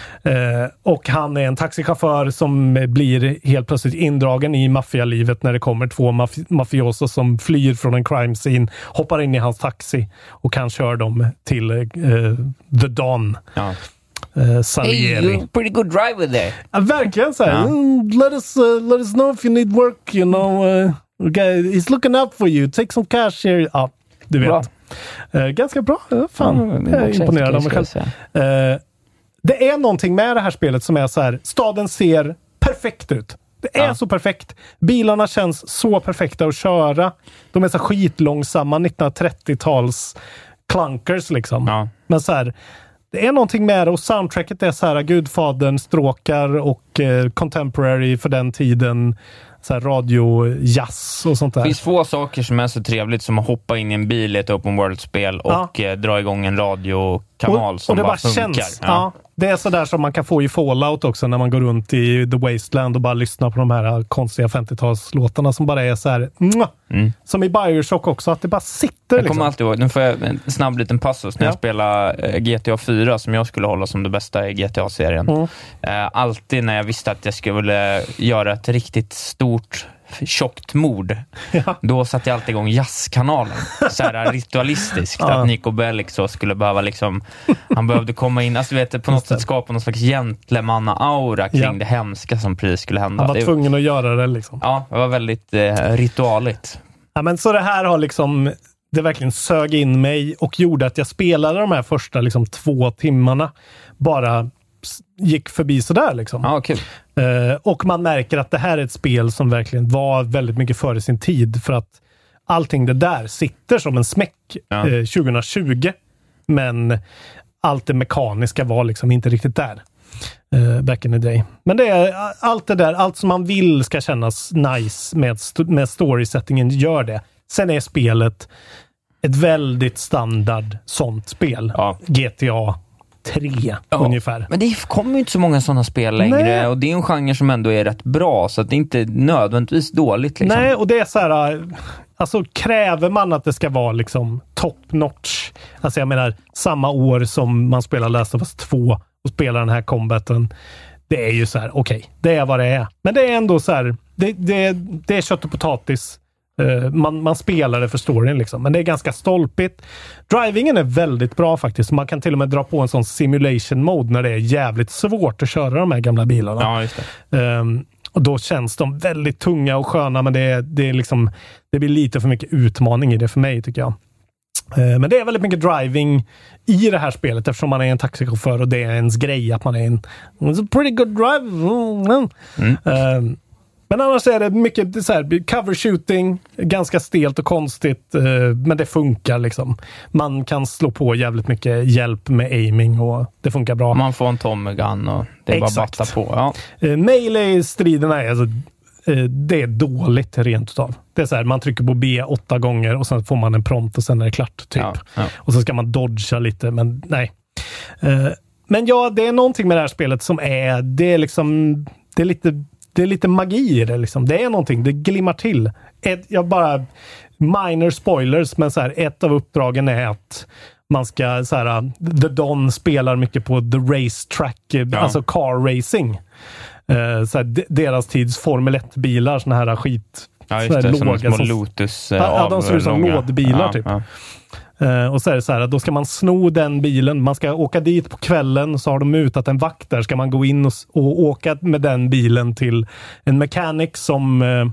Uh, och han är en taxichaufför som blir helt plötsligt indragen i maffialivet när det kommer två maf- mafiosos som flyr från en crime scene, hoppar in i hans taxi och kan köra dem till uh, The Don. Ja. Uh, Salieri.
Hey, you're pretty good driver there.
Ja, verkligen så här. Ja. Mm, let us uh, let us know if you need work, you know. Uh, okay, he's looking out for you. Take some cash here. Ja, du vet. Uh, ganska bra. Uh, fan, mm, jag är imponerad av mig själv. Uh, Det är någonting med det här spelet som är så här, staden ser perfekt ut. Det är ja. så perfekt. Bilarna känns så perfekta att köra. De är så skitlångsamma nittonhundratrettio-tals clunkers liksom. Ja. Men så här, det är någonting med det och soundtracket är så här Gudfadern stråkar och eh, contemporary för den tiden. Så här radio-jazz och sånt där.
Det finns få saker som är så trevligt som att hoppa in i en bil i ett open world-spel och ja. eh, dra igång en radiokanal och, som och det bara, bara funkar. Känns,
ja. Ja, det är sådär som man kan få i Fallout också när man går runt i The Wasteland och bara lyssnar på de här konstiga femtiotalslåtarna som bara är så här. Mm. Som i Bioshock också, att det bara sitter. Jag
liksom. kommer alltid ihåg, nu får jag en snabb liten passus när ja. jag spelar G T A fyra som jag skulle hålla som det bästa i G T A-serien. Mm. Eh, alltid när jag visste att jag skulle göra ett riktigt stort tjockt mord. Ja. Då satte jag alltid igång jazzkanalen. Så här ritualistiskt. Ja. Att Nico Bellic så skulle behöva liksom, han behövde komma in, alltså vet, på något sätt skapa någon slags gentlemanna-aura kring ja. det hemska som precis skulle hända.
Han var
det,
tvungen att göra det liksom.
Ja, det var väldigt eh, ritualigt.
Ja, men så det här har liksom, det verkligen sög in mig och gjorde att jag spelade de här första liksom två timmarna bara gick förbi sådär liksom.
Ja, kul.
Uh, och man märker att det här är ett spel som verkligen var väldigt mycket före sin tid för att allting det där sitter som en smäck ja. uh, tjugohundratjugo men allt det mekaniska var liksom inte riktigt där uh, back in the day. Men det är allt det där, allt som man vill ska kännas nice med, st- med storysettingen gör det. Sen är spelet ett väldigt standard sånt spel. Ja. G T A tre ja, ungefär.
Men det kommer ju inte så många sådana spel längre. Nej. Och det är en genre som ändå är rätt bra så att det är inte nödvändigtvis dåligt liksom.
Nej, och det är så här, alltså kräver man att det ska vara liksom top notch. Alltså jag menar, samma år som man spelar Last of Us två och spelar den här combaten, det är ju så här, okej, okay, det är vad det är. Men det är ändå så här, det, det, det är kött och potatis. Uh, man, man spelar det för storyn liksom. Men det är ganska stolpigt. Drivingen är väldigt bra faktiskt. Man kan till och med dra på en sån simulation mode när det är jävligt svårt att köra de här gamla bilarna.
Ja, just det.
Um, och då känns de väldigt tunga och sköna, men det är, det är liksom, det blir lite för mycket utmaning i det för mig tycker jag. Uh, men det är väldigt mycket driving i det här spelet eftersom man är en taxichaufför och det är ens grej att man är en it's a pretty good driver. Mm. Uh, Men annars är det mycket så här, cover shooting, ganska stelt och konstigt, eh, men det funkar liksom. Man kan slå på jävligt mycket hjälp med aiming och det funkar bra.
Man får en Tommy Gun och det är Exakt. bara batta på. Ja.
Eh, Melee-striderna är alltså, eh, det är dåligt rent utav. Det är så här, man trycker på B åtta gånger och sen får man en prompt och sen är det klart typ. Ja, ja. Och så ska man dodga lite, men nej. Eh, men ja, det är någonting med det här spelet som är, det är liksom, det är lite Det är lite magi i det liksom. Det är någonting, det glimmar till. Ett, jag bara minor spoilers, men så här, ett av uppdragen är att man ska så här, The Don spelar mycket på the racetrack, ja. alltså car racing. Uh, så här, d- deras tids Formel ett-bilar, såna här skit.
Ja, just det, låga, små som, Lotus. Uh,
ja, de ser ut som
långa.
lådbilar
ja,
typ.
Ja.
Uh, och så är det så här, då ska man sno den bilen. Man ska åka dit på kvällen, så har de mutat en vakt där. Ska man gå in och, och åka med den bilen till en mechanic som uh,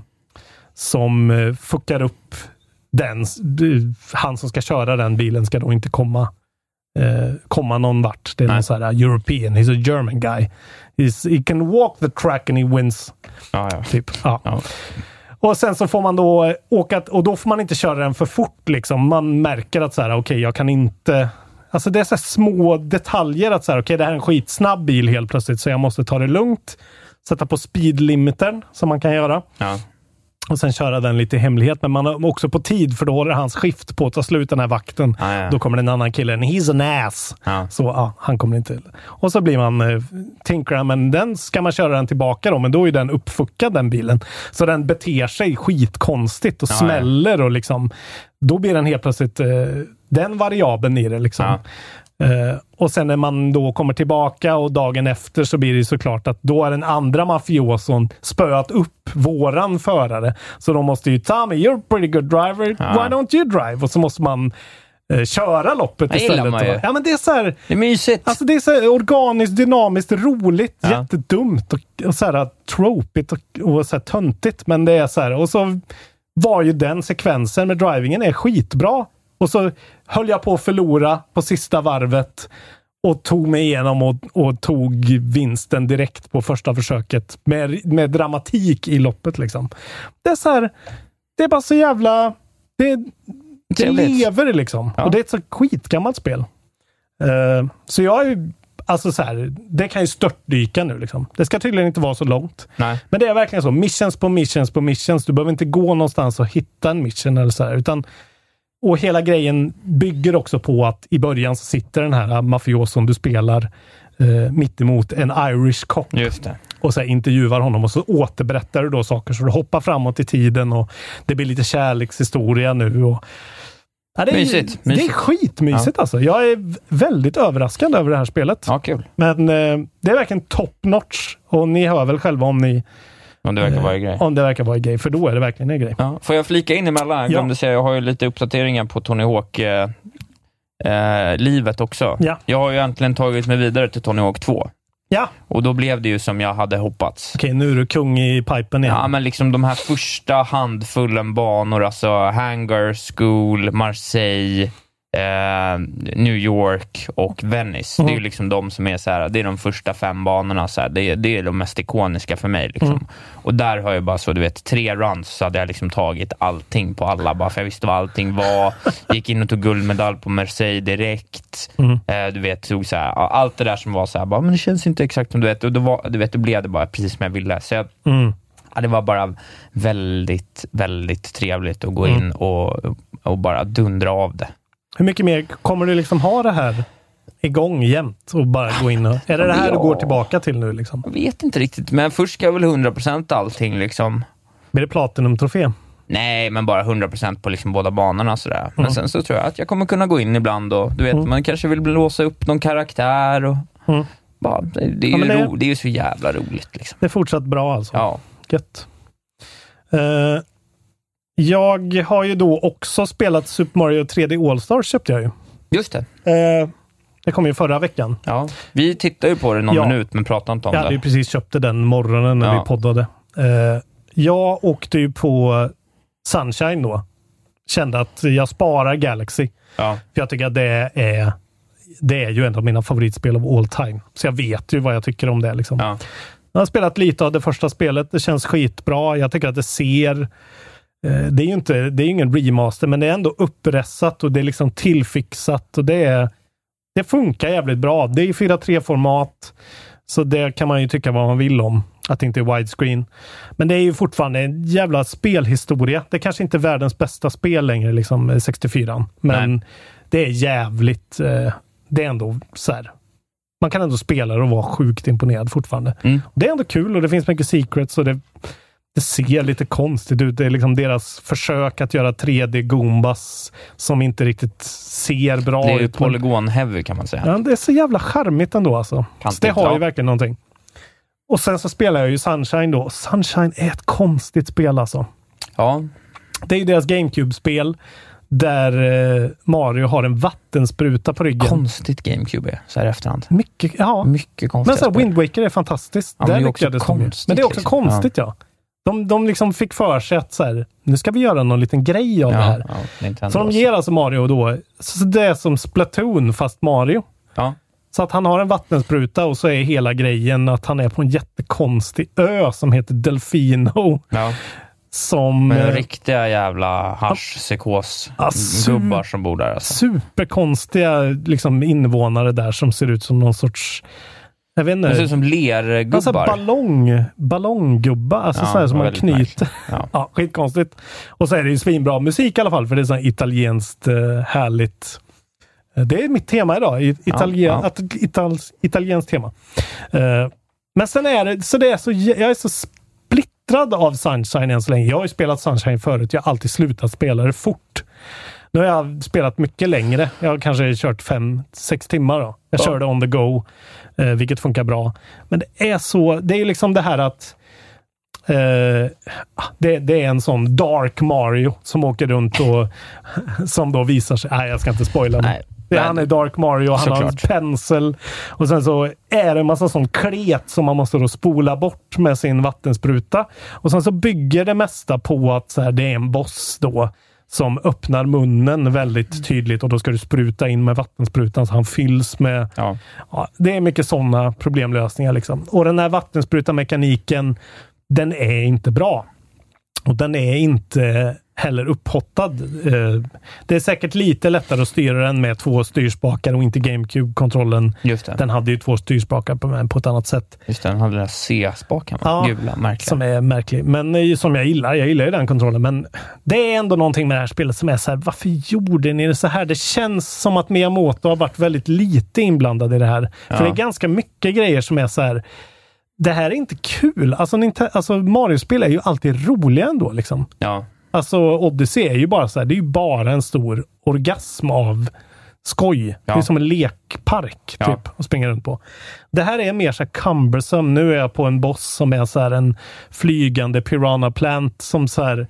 som uh, fuckar upp den. Han som ska köra den bilen ska då inte komma uh, komma någon vart. Det är Nej. någon så här uh, European, he's a German guy. He's, he can walk the track and he wins.
Ja, ja.
Typ. Ja.
Ja.
Och sen så får man då åka, och då får man inte köra den för fort liksom. Man märker att så här, okej, okay, jag kan inte, alltså det är så här små detaljer att så här, okej, okay, det här är en skitsnabb bil helt plötsligt, så jag måste ta det lugnt, sätta på speedlimitern som man kan göra.
Ja.
Och sen köra den lite i hemlighet. Men man har också på tid, för då håller hans skift på att ta slut den här vakten.
Ah, ja.
Då kommer det en annan kille. He's an ass.
Ja.
Så ja, han kommer inte. Och så blir man eh, tinkrar, men den ska man köra den tillbaka då. Men då är den uppfuckad, den bilen. Så den beter sig skitkonstigt och
Ja,
smäller och liksom. Då blir den helt plötsligt eh, den variabeln i det liksom.
Ja.
Uh, och sen när man då kommer tillbaka och dagen efter så blir det såklart att då är den andra mafioson spöat upp våran förare. Så de måste ju ta mig, you're a pretty good driver,
Ja.
why don't you drive? Och så måste man uh, köra loppet
Det
istället.
gillar man ju.
Ja, men det är så här,
Det är mysigt.
alltså det är så här organiskt, dynamiskt, roligt,
Ja.
jättedumt och, och så här tropigt och, och så här töntigt. Men det är så här, och så var ju den sekvensen med drivingen är skitbra. Och så höll jag på att förlora på sista varvet och tog mig igenom och, och tog vinsten direkt på första försöket med, med dramatik i loppet liksom. Det är så här, det är bara så jävla det, det
Trevligt.
lever liksom.
Ja.
Och det är ett så skitgammalt spel. Uh, så jag är ju alltså så här, det kan ju störtdyka nu liksom. Det ska tydligen inte vara så långt.
Nej.
Men det är verkligen så, missions på missions på missions. Du behöver inte gå någonstans och hitta en mission eller så här, utan och hela grejen bygger också på att i början så sitter den här mafioson du spelar eh, mitt emot en Irish cop.
Just det.
Och så här, intervjuar honom och så återberättar du då saker så du hoppar framåt i tiden och det blir lite kärlekshistoria nu. Och, ja, det, är,
Mysigt,
det är
mysigt.
skitmysigt
Ja.
alltså. Jag är väldigt överraskad över det här spelet.
Ja, kul.
Men eh, det är verkligen top notch och ni hör väl själva om ni
Om det verkar vara en grej.
om det verkar vara en grej, för då är det verkligen en grej.
Ja. Får jag flika in emellan? Jag glömde säga, jag har ju lite uppdateringar på Tony Hawk eh, eh, livet också.
Ja.
Jag har ju egentligen tagit mig vidare till Tony Hawk två.
Ja.
Och då blev det ju som jag hade hoppats.
Okej, nu är du kung i pipen igen.
Ja, men liksom de här första handfullen banor, alltså Hangar, School, Marseille, eh, New York och Venice.
Mm.
Det är ju liksom de som är så här, det är de första fem banorna så här, det, är, det är de mest ikoniska för mig liksom.
Mm.
Och där har jag bara så, du vet, tre runs så hade jag liksom tagit allting på alla, bara för jag visste vad allting var. Gick in och tog guldmedalj på Marseille direkt.
Mm.
Eh, du vet, tog så här, allt det där som var så här, bara, men det känns inte exakt som du vet, och då var, du vet, då blev det bara precis som jag ville. Så jag,
Mm.
ja, det var bara väldigt, väldigt trevligt att gå
Mm.
in och, och bara dundra av det.
Hur mycket mer kommer du liksom ha det här igång jämt och bara gå in och... Är det det här
Ja.
du går tillbaka till nu liksom?
Jag vet inte riktigt, men först ska jag väl hundra procent allting liksom.
Blir det Platinum-trofé?
Nej, men bara hundra procent på liksom båda banorna sådär. Men
Mm.
sen så tror jag att jag kommer kunna gå in ibland och du vet,
Mm.
man kanske vill låsa upp någon karaktär och
Mm.
bara, det, det, är
Ja,
ju
men det-
ro, det är ju så jävla roligt liksom.
Det är fortsatt bra alltså.
Ja.
Gött. Uh, jag har ju då också spelat Super Mario tre D All-Stars, köpte jag ju.
Just det.
Uh, det kom ju förra veckan.
Ja. Vi tittade ju på det någon
Ja.
minut, men pratade inte om
Jag hade ju
det.
precis köpt det den morgonen när
Ja.
vi poddade. Uh, jag åkte ju på Sunshine då. Kände att jag sparar Galaxy.
Ja.
För jag tycker att det är det är ju en av mina favoritspel av all time. Så jag vet ju vad jag tycker om det liksom.
Ja.
Jag har spelat lite av det första spelet. Det känns skitbra. Jag tycker att det ser... Eh, det är ju inte, det är ingen remaster, men det är ändå uppressat och det är liksom tillfixat och det är... Det funkar jävligt bra. Det är fyra tre-format. Så det kan man ju tycka vad man vill om. Att det inte är widescreen. Men det är ju fortfarande en jävla spelhistoria. Det är kanske inte är världens bästa spel längre, liksom sextiofyra. Men
Nej.
det är jävligt... Eh, det är ändå så här... Man kan ändå spela och vara sjukt imponerad fortfarande.
Mm.
Det är ändå kul och det finns mycket secrets och det, det ser lite konstigt ut. Det är liksom deras försök att göra tre D Goombas som inte riktigt ser bra
Det är ju
ut. men-
polygon-heavy kan man säga.
Ja, det är så jävla charmigt ändå alltså.
Kan
Så det
inte
har
ta.
ju verkligen någonting. Och sen så spelar jag ju Sunshine då. Sunshine är ett konstigt spel alltså.
Ja.
Det är ju deras GameCube-spel där eh, Mario har en vattenspruta på ryggen.
Konstigt GameCube är, så här i efterhand.
Mycket, ja.
Mycket konstigt.
Men så här, Wind Waker är fantastiskt.
Ja, men
Där
det är också
lyckades de ju.
konstigt,
Men det är också
liksom.
konstigt, ja. De, de liksom fick för sig att så här, nu ska vi göra någon liten grej av
Ja,
det här.
ja, Nintendo
Så de
också.
ger alltså Mario då, så det är som Splatoon fast Mario.
Ja.
Så att han har en vattenspruta och så är hela grejen att han är på en jättekonstig ö som heter Delfino.
Ja.
Som...
Men
eh,
riktiga jävla hasch-psykos
Ja, su-
gubbar som bor där alltså.
Superkonstiga liksom, invånare där som ser ut som någon sorts Jag vet inte.
Det ser ut som lergubbar.
Alltså ballong, ballonggubbar. Alltså
ja,
så här som man knyter.
Ja.
ja, skitkonstigt. Och så är det ju svinbra musik i alla fall. För det är så här italienskt uh, härligt. Det är mitt tema idag. Italien, ja, ja. Itals, italienskt tema. Uh, men sen är det så det är så jag är så splittrad av Sunshine än så länge. Jag har ju spelat Sunshine förut. Jag har alltid slutat spela det fort. Nu har jag spelat mycket längre. Jag har kanske kört fem, sex timmar då. Jag ja. körde on the go, eh, vilket funkar bra. Men det är så, det är liksom det här att eh, det, det är en sån Dark Mario som åker runt och som då visar sig, nej jag ska inte spoila. Nej. Det, han är Dark Mario, han har en pensel och sen så är det en massa sån klet som man måste då spola bort med sin vattenspruta. Och sen så bygger det mesta på att så här, det är en boss då som öppnar munnen väldigt tydligt och då ska du spruta in med vattensprutan så han fylls med... Ja. Ja, det är mycket sådana problemlösningar liksom. Och den här vattenspruta-mekaniken, den är inte bra. Och den är inte heller upphottad. Det är säkert lite lättare att styra den med två styrspakar och inte GameCube-kontrollen.
Just det.
Den hade ju två styrspakar på, på ett annat sätt.
Just det, den hade den här C-spaken.
Ja,
gula, märkliga.
Som är märklig. Men som jag gillar. Jag gillar ju den kontrollen. Men det är ändå någonting med det här spelet som är så här, varför gjorde ni det så här? Det känns som att Miyamoto har varit väldigt lite inblandad i det här. Ja. För det är ganska mycket grejer som är så här, det här är inte kul. Alltså, alltså Mario-spel är ju alltid roliga ändå liksom.
Ja.
Alltså Odyssey är ju bara så här, det är ju bara en stor orgasm av skoj. Ja. Det är som en lekpark typ ja. att springa runt på. Det här är mer så här cumbersome. Nu är jag på en boss som är så här en flygande piranha plant som så här,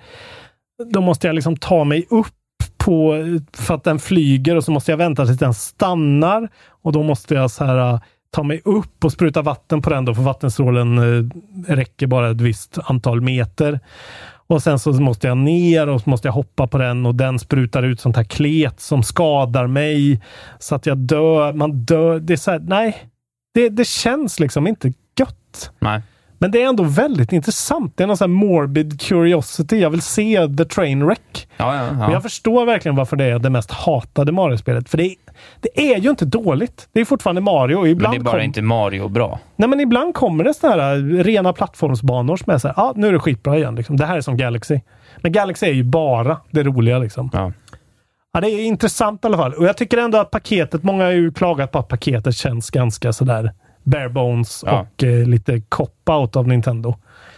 då måste jag liksom ta mig upp på för att den flyger och så måste jag vänta tills den stannar och då måste jag så här ta mig upp och spruta vatten på den då för vattenstrålen eh, räcker bara ett visst antal meter. Och sen så måste jag ner och så måste jag hoppa på den och den sprutar ut sånt här klet som skadar mig så att jag dör. Man dör. Det är så här, nej. Det, det känns liksom inte gött.
Nej.
Men det är ändå väldigt intressant. Det är någon sån här morbid curiosity. Jag vill se The Trainwreck.
Ja, ja, ja.
Och jag förstår verkligen varför det är det mest hatade Mario-spelet. För det är, det är ju inte dåligt. Det är fortfarande Mario. Och ibland
men det är bara
kom...
inte Mario bra.
Nej, men ibland kommer det såna här rena plattformsbanor som är så här, ja, ah, nu är det skitbra igen. Liksom. Det här är som Galaxy. Men Galaxy är ju bara det roliga liksom.
Ja.
Ja, det är intressant i alla fall. Och jag tycker ändå att paketet, många har ju klagat på att paketet känns ganska sådär bare bones ja. och eh, lite cop-out av Nintendo.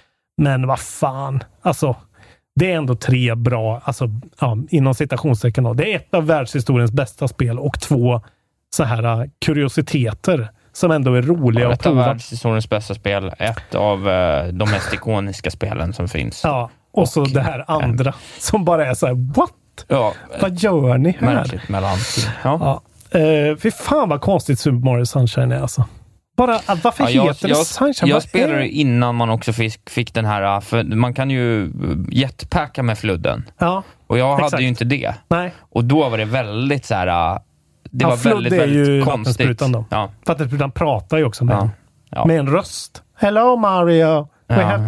Men vad fan, alltså det är ändå tre bra, alltså ja, inom citationstecken då. Det är ett av världshistoriens bästa spel och två så här uh, kuriositeter som ändå är roliga
ja,
att prova.
Ett av världshistoriens bästa spel, ett av uh, de mest ikoniska spelen som finns.
Ja, och, och så det här andra en... som bara är så här, what?
Ja,
vad gör ni här?
Märkligt mellan. Ja.
Ja. Uh, fy fan vad konstigt Super Mario Sunshine är alltså. Bara, varför
ja, jag,
heter
jag,
det Sunshine?
Jag spelade innan man också fick, fick den här, för man kan ju jetpacka med fludden.
Ja,
och jag
exakt.
hade ju inte det.
Nej.
Och då var det väldigt så här, det
ja,
var väldigt, väldigt
ju
konstigt.
Då.
Ja.
Vattensprutan pratar ju också med,
ja. Ja.
med en röst. Hello Mario.
Ja.
Have...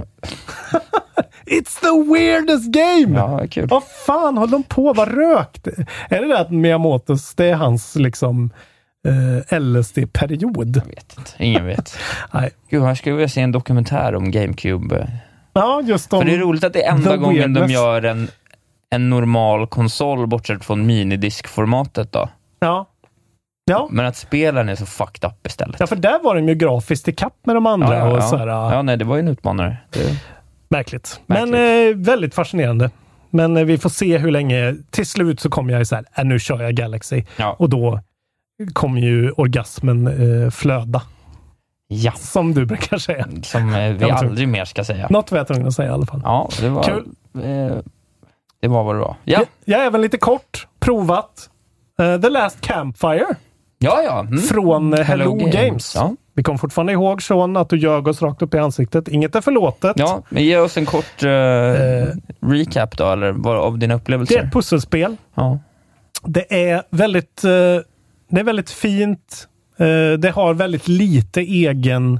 It's the weirdest game!
Ja, kul.
Vad fan håller de på? Vad rökt? Är det det att Miyamotos, det är hans liksom Uh, L S D-period.
Jag vet inte. Ingen vet.
Nej.
Gud, här skulle jag se en dokumentär om GameCube.
Ja, just om
för det är roligt att det är enda gången weirdness. De gör en, en normal konsol bortsett från minidiskformatet då.
Ja. Ja.
Men att spelen är så fucked up istället.
Ja, för där var de ju grafiskt i kapp med de andra.
Ja, ja,
och
ja.
Så här, uh...
ja nej, det var ju en utmanare. Det...
Märkligt.
Märkligt.
Men eh, väldigt fascinerande. Men eh, vi får se hur länge. Till slut så kommer jag så här, äh, nu kör jag Galaxy.
Ja.
Och då kommer ju orgasmen eh, flöda.
Ja.
Som du brukar säga.
Som eh, vi aldrig mer ska säga.
Något var jag tvungen att säga i alla fall.
Ja, det var...
Kul.
Eh, det var vad det var. Ja.
Jag, jag har även lite kort provat uh, The Last Campfire.
Ja, ja. Mm.
Från uh, Hello, Hello Games. Games.
Ja.
Vi kommer fortfarande ihåg Sean att du ljög oss rakt upp i ansiktet. Inget är förlåtet.
Ja, men ge oss en kort uh, uh, recap då, eller vad, av dina upplevelser.
Det är ett pusselspel.
Ja.
Det är väldigt... Uh, Det är väldigt fint. Uh, det har väldigt lite egen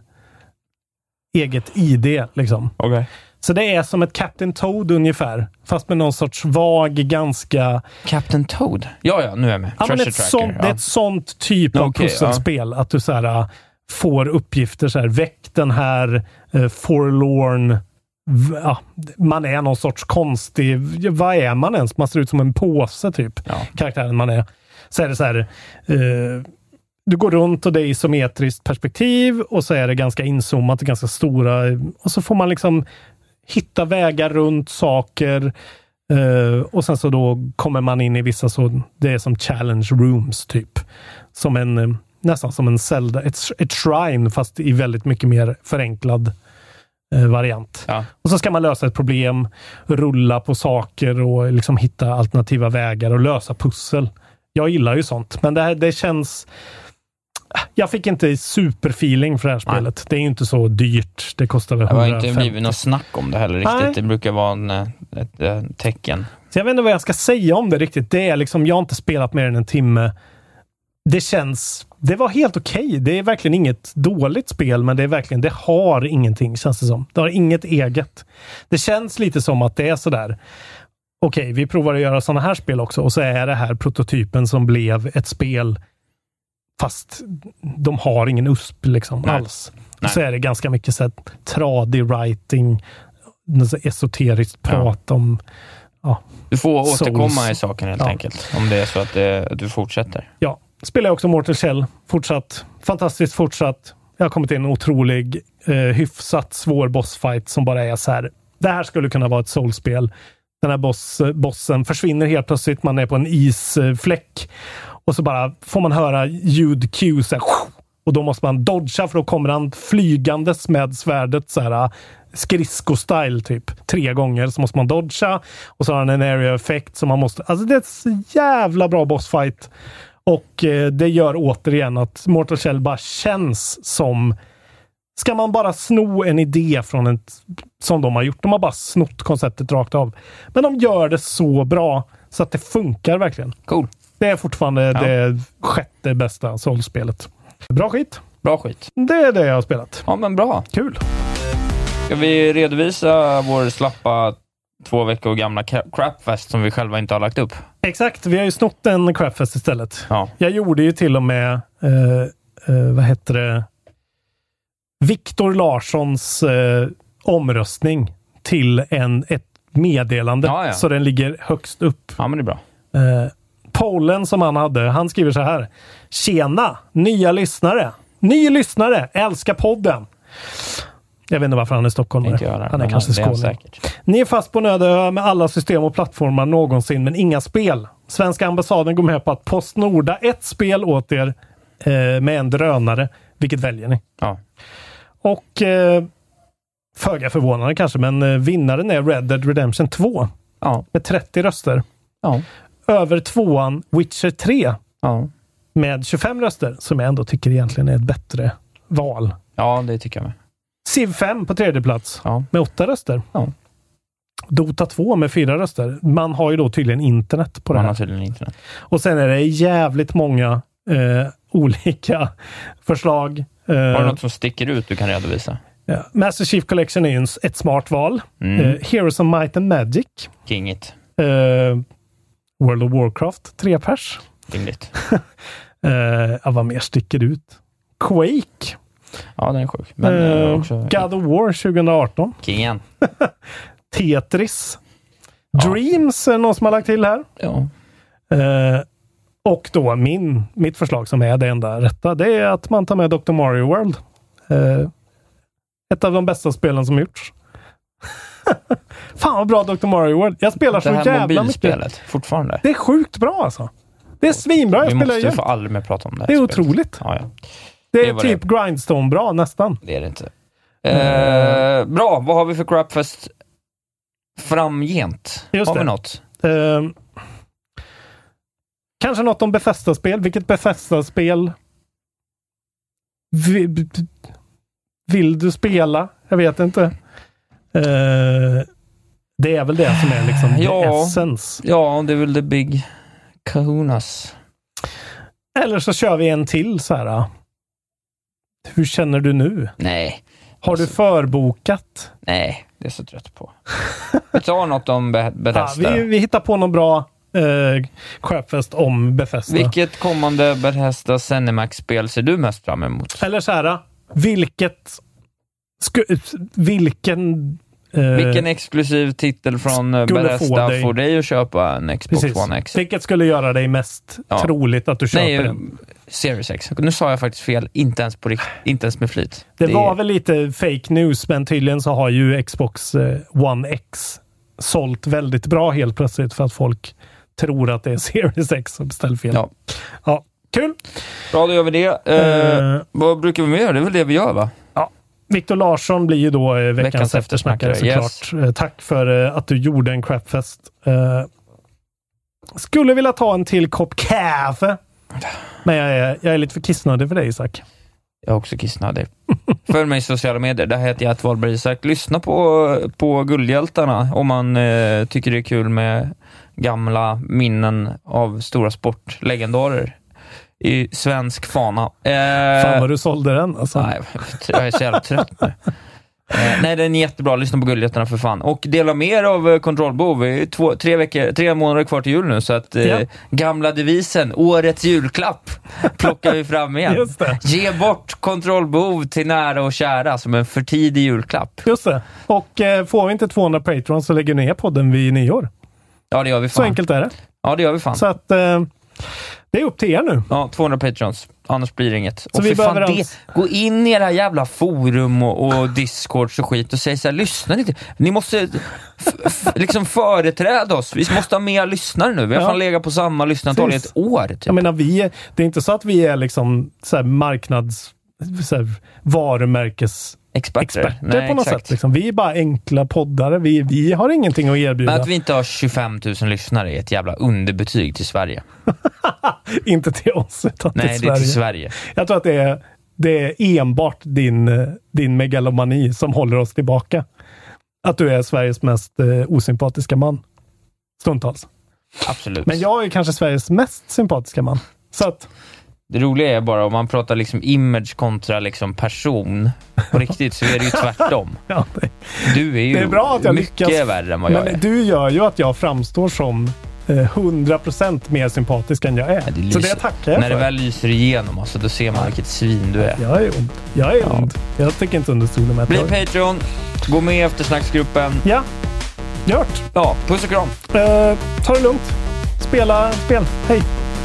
eget I D liksom.
Okay.
Så det är som ett Captain Toad ungefär. Fast med någon sorts vag, ganska...
Captain Toad? Ja, ja, nu är jag med.
Ja, men ett sånt,
ja.
Det är ett sånt typ av okay, pusselspel. Ja. Att du så här, får uppgifter så här, väck den här eh, forlorn, v- ja, man är någon sorts konstig, vad är man ens? Man ser ut som en påse typ,
ja.
karaktären man är. Så är det så här, eh, du går runt och det är isometriskt perspektiv och så är det ganska inzoomat, ganska stora, och så får man liksom hitta vägar runt saker. Uh, och sen så då kommer man in i vissa så, det är som challenge rooms typ. Som en, uh, nästan som en Zelda, ett, ett shrine fast i väldigt mycket mer förenklad uh, variant.
Ja.
Och så ska man lösa ett problem, rulla på saker och liksom hitta alternativa vägar och lösa pussel. Jag gillar ju sånt, men det här, det känns... Jag fick inte superfeeling för det här spelet. Nej. Det är ju inte så dyrt. Det kostar väl hundrafemtio.
Det har inte blivit något snack om det heller riktigt.
Nej.
Det brukar vara en, ett, ett tecken.
Så jag vet inte vad jag ska säga om det riktigt. Det är liksom, jag har inte spelat mer än en timme. Det känns... Det var helt okej. Okay. Det är verkligen inget dåligt spel, men det är verkligen... Det har ingenting, känns det som. Det har inget eget. Det känns lite som att det är sådär... Okej, okay, vi provar att göra sådana här spel också. Och så är det här prototypen som blev ett spel... Fast de har ingen U S P liksom
Nej.
alls.
Nej.
Så är det ganska mycket så här, tradig writing, så esoteriskt prat ja. om ja,
du får återkomma
souls.
I saken helt
ja.
enkelt. Om det är så att det, du fortsätter.
Ja, spelar jag också Mortal Shell. Fortsatt. Fantastiskt fortsatt. Jag har kommit till en otrolig eh, hyfsat svår bossfight som bara är så här. Det här skulle kunna vara ett soulspel. Den här boss, bossen försvinner helt plötsligt. Man är på en isfläck. Och så bara får man höra ljud Q så här, och då måste man dodga för då kommer han flygandes med svärdet så här skridsko-style typ. Tre gånger så måste man dodga och så har han en area effect som man måste... Alltså det är ett så jävla bra bossfight. Och eh, det gör återigen att Mortal Shell bara känns som... Ska man bara sno en idé från ett... Som de har gjort. De har bara snott konceptet rakt av. Men de gör det så bra så att det funkar verkligen.
Cool.
Det är fortfarande ja. det sjätte bästa Souls-spelet. Bra skit.
Bra skit.
Det är det jag har spelat.
Ja, men bra.
Kul.
Ska vi redovisa vår slappa två veckor gamla Crapfest som vi själva inte har lagt upp?
Exakt. Vi har ju snott en Crapfest istället.
Ja.
Jag gjorde ju till och med eh, eh, vad heter det? Viktor Larssons eh, omröstning till en, ett meddelande.
Ja, ja.
Så den ligger högst upp.
Ja, men det är bra.
Eh, Polen som han hade, han skriver så här. Tjena, nya lyssnare. Ny lyssnare, älskar podden. Jag vet inte varför han är stockholmare.
Göra,
han är kanske
han,
skåning. Ni är fast på Nödö med alla system och plattformar någonsin, men inga spel. Svenska ambassaden går med på att Postnorda ett spel åt er eh, med en drönare. Vilket väljer ni?
Ja.
Och eh, föga förvånande kanske, men eh, vinnaren är Red Dead Redemption två.
Ja.
Med trettio röster.
Ja.
Över tvåan Witcher tre.
Ja.
Med tjugofem röster, som jag ändå tycker egentligen är ett bättre val.
Ja, det tycker jag med.
Civ fem på tredje plats.
Ja.
Med åtta röster.
Ja.
Dota två med fyra röster. Man har ju då tydligen internet på det
Man
här.
har tydligen internet.
Och sen är det jävligt många eh, olika förslag. Eh,
har du något som sticker ut du kan redovisa?
Ja. Master Chief Collection är ju ett smart val.
Mm.
Eh, Heroes of Might and Magic.
Kingigt.
Eh, World of Warcraft, tre pers.
Rimligt.
eh, ja, vad mer sticker ut? Quake.
Ja, den är sjuk. Men
eh,
också...
God of War tjugo arton.
Kingen.
Tetris.
Ja.
Dreams är någon som har lagt till här.
Ja.
Eh, och då min, mitt förslag som är det enda rätta, det är att man tar med doktor Mario World. Eh, ett av de bästa spelen som gjorts. Fan vad bra doktor Mario World. Jag spelar så jävla mycket.
Fortfarande.
Det är sjukt bra alltså. Det är svinbra. Jag
Vi
spelar
måste
igen.
ju få aldrig mer prata om det här
Det är
spelet.
otroligt.
Ja, ja.
Det är
Det var
typ
det.
grindstone bra nästan.
Det är det inte. Eh, bra, vad har vi för Crapfest framgent?
Just
har
det.
vi något?
Eh, kanske något om Bethesda-spel. Vilket Bethesda-spel vill, vill du spela? Jag vet inte. Eh, det är väl det som är liksom
Ja.
the essence.
Ja, det är väl the big kahunas.
Eller så kör vi en till så här. Hur känner du nu?
Nej.
Har du förbokat?
Nej, det är så trött på. Vi tar något om Be- Bethesda.
Ja, vi, vi hittar på något bra eh, Crapfest om Bethesda.
Vilket kommande Bethesda Zenimax-spel ser du mest fram emot?
Eller så här, vilket sku, vilken eh,
vilken exklusiv titel från Bethesda dig, får dig att köpa en Xbox precis, One X?
Vilket skulle göra dig mest ja. troligt att du köper
Nej,
den?
Series X. Nu sa jag faktiskt fel, inte ens på rikt, inte ens med flit.
Det, det var är... väl lite fake news, men tydligen så har ju Xbox One X sålt väldigt bra helt plötsligt för att folk tror att det är Series X som beställer fel.
Ja.
Ja, kul.
Bra, då gör vi det. Eh, uh, vad brukar vi med göra? Det är väl det vi gör, va?
Ja. Viktor Larsson blir ju då eh, veckans, veckans eftersnackare såklart. Yes. Tack för eh, att du gjorde en crapfest. Eh, skulle vilja ta en till kopp kaffe. Men jag är, jag är lite för kissnödig för dig, Isak.
Jag är också kissnödig. Följ mig i sociala medier. Där heter jag att Wahlberg Isak. Lyssna på, på Guldhjältarna om man eh, tycker det är kul med gamla minnen av stora sportlegendarer i svensk fana. Eh,
Fan vad du sålde den. Alltså.
Nej, jag är så jävla trött nu. Eh, nej, den är jättebra. Lyssna på Guldhjältarna för fan. Och dela mer av uh, Kontrollbo. Vi är två, tre, veckor, tre månader kvar till jul nu. Så att uh, ja. gamla devisen, årets julklapp, plockar vi fram igen.
Just det.
Ge bort Kontrollbo till nära och kära som en för tidig julklapp.
Just det. Och uh, får vi inte tvåhundra Patreons så lägger ner podden vid nyår.
Ja, det gör vi fan.
Så enkelt är det.
Ja, det gör vi fan.
Så att... Uh, det är upp till er nu.
Ja, tvåhundra Patreons. Annars blir det inget. Så och
vi
för fan det,
alls...
gå in i era jävla forum och, och Discords och skit och säg så här, lyssna lite. Ni måste f- f- liksom företräda oss. Vi måste ha mer lyssnare nu. Vi har ja. fan legat på samma lyssnartal i ett år. Typ.
Jag menar, vi är, det är inte så att vi är liksom så här marknads så här, varumärkes
experter,
experter
Nej,
på något
exakt.
sätt. Liksom. Vi är bara enkla poddare. Vi, vi har ingenting att erbjuda.
Men att vi inte har tjugofem tusen lyssnare är ett jävla underbetyg till Sverige.
Inte till oss, utan
Nej,
till Sverige.
det är till Sverige.
Jag tror att det är, det är enbart din, din megalomani som håller oss tillbaka. Att du är Sveriges mest eh, osympatiska man. Stundtals.
Absolut.
Men jag är kanske Sveriges mest sympatiska man. Så att...
Det roliga är bara om man pratar liksom image kontra liksom person på riktigt så är det ju tvärtom.
Ja, det,
du är ju
det är bra att jag
mycket lyckas, värre än vad jag
men
är.
Du gör ju att jag framstår som eh, hundra procent mer sympatisk än jag är. Ja, det så det tackar jag
När
för.
det väl lyser igenom alltså, då ser man ja. vilket svin du är.
Jag är ond. Jag är ja. ond. Jag tycker inte under stolen med.
Bli Patreon. Gå med i eftersnacksgruppen.
Ja. Gjort.
Ja, puss och kram.
Eh, ta det lugnt. Spela spel. Hej.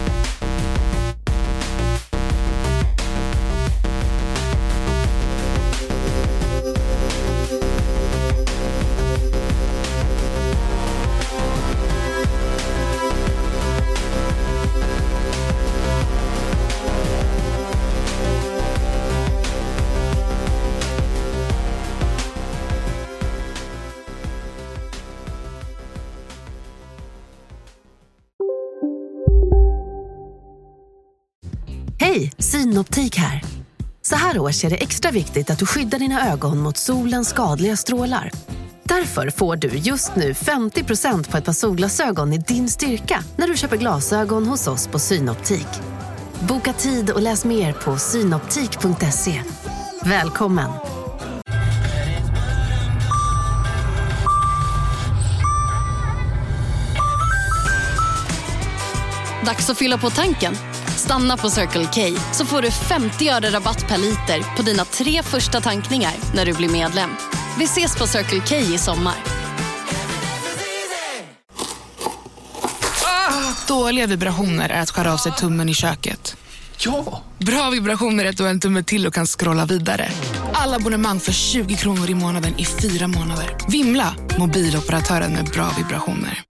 Hej, Synoptik här. Så här års är det extra viktigt att du skyddar dina ögon mot solens skadliga strålar. Därför får du just nu femtio procent på ett par solglasögon i din styrka när du köper glasögon hos oss på Synoptik. Boka tid och läs mer på synoptik punkt se. Välkommen!
Dags att fylla på tanken. Stanna på Circle K så får du femtio öre rabatt per liter på dina tre första tankningar när du blir medlem. Vi ses på Circle K i sommar.
Ah, dåliga vibrationer är att skära av sig tummen i köket.
Ja!
Bra vibrationer är att du har en tumme till och kan scrolla vidare. Alla abonnemang för tjugo kronor i månaden i fyra månader. Vimla, mobiloperatören med bra vibrationer.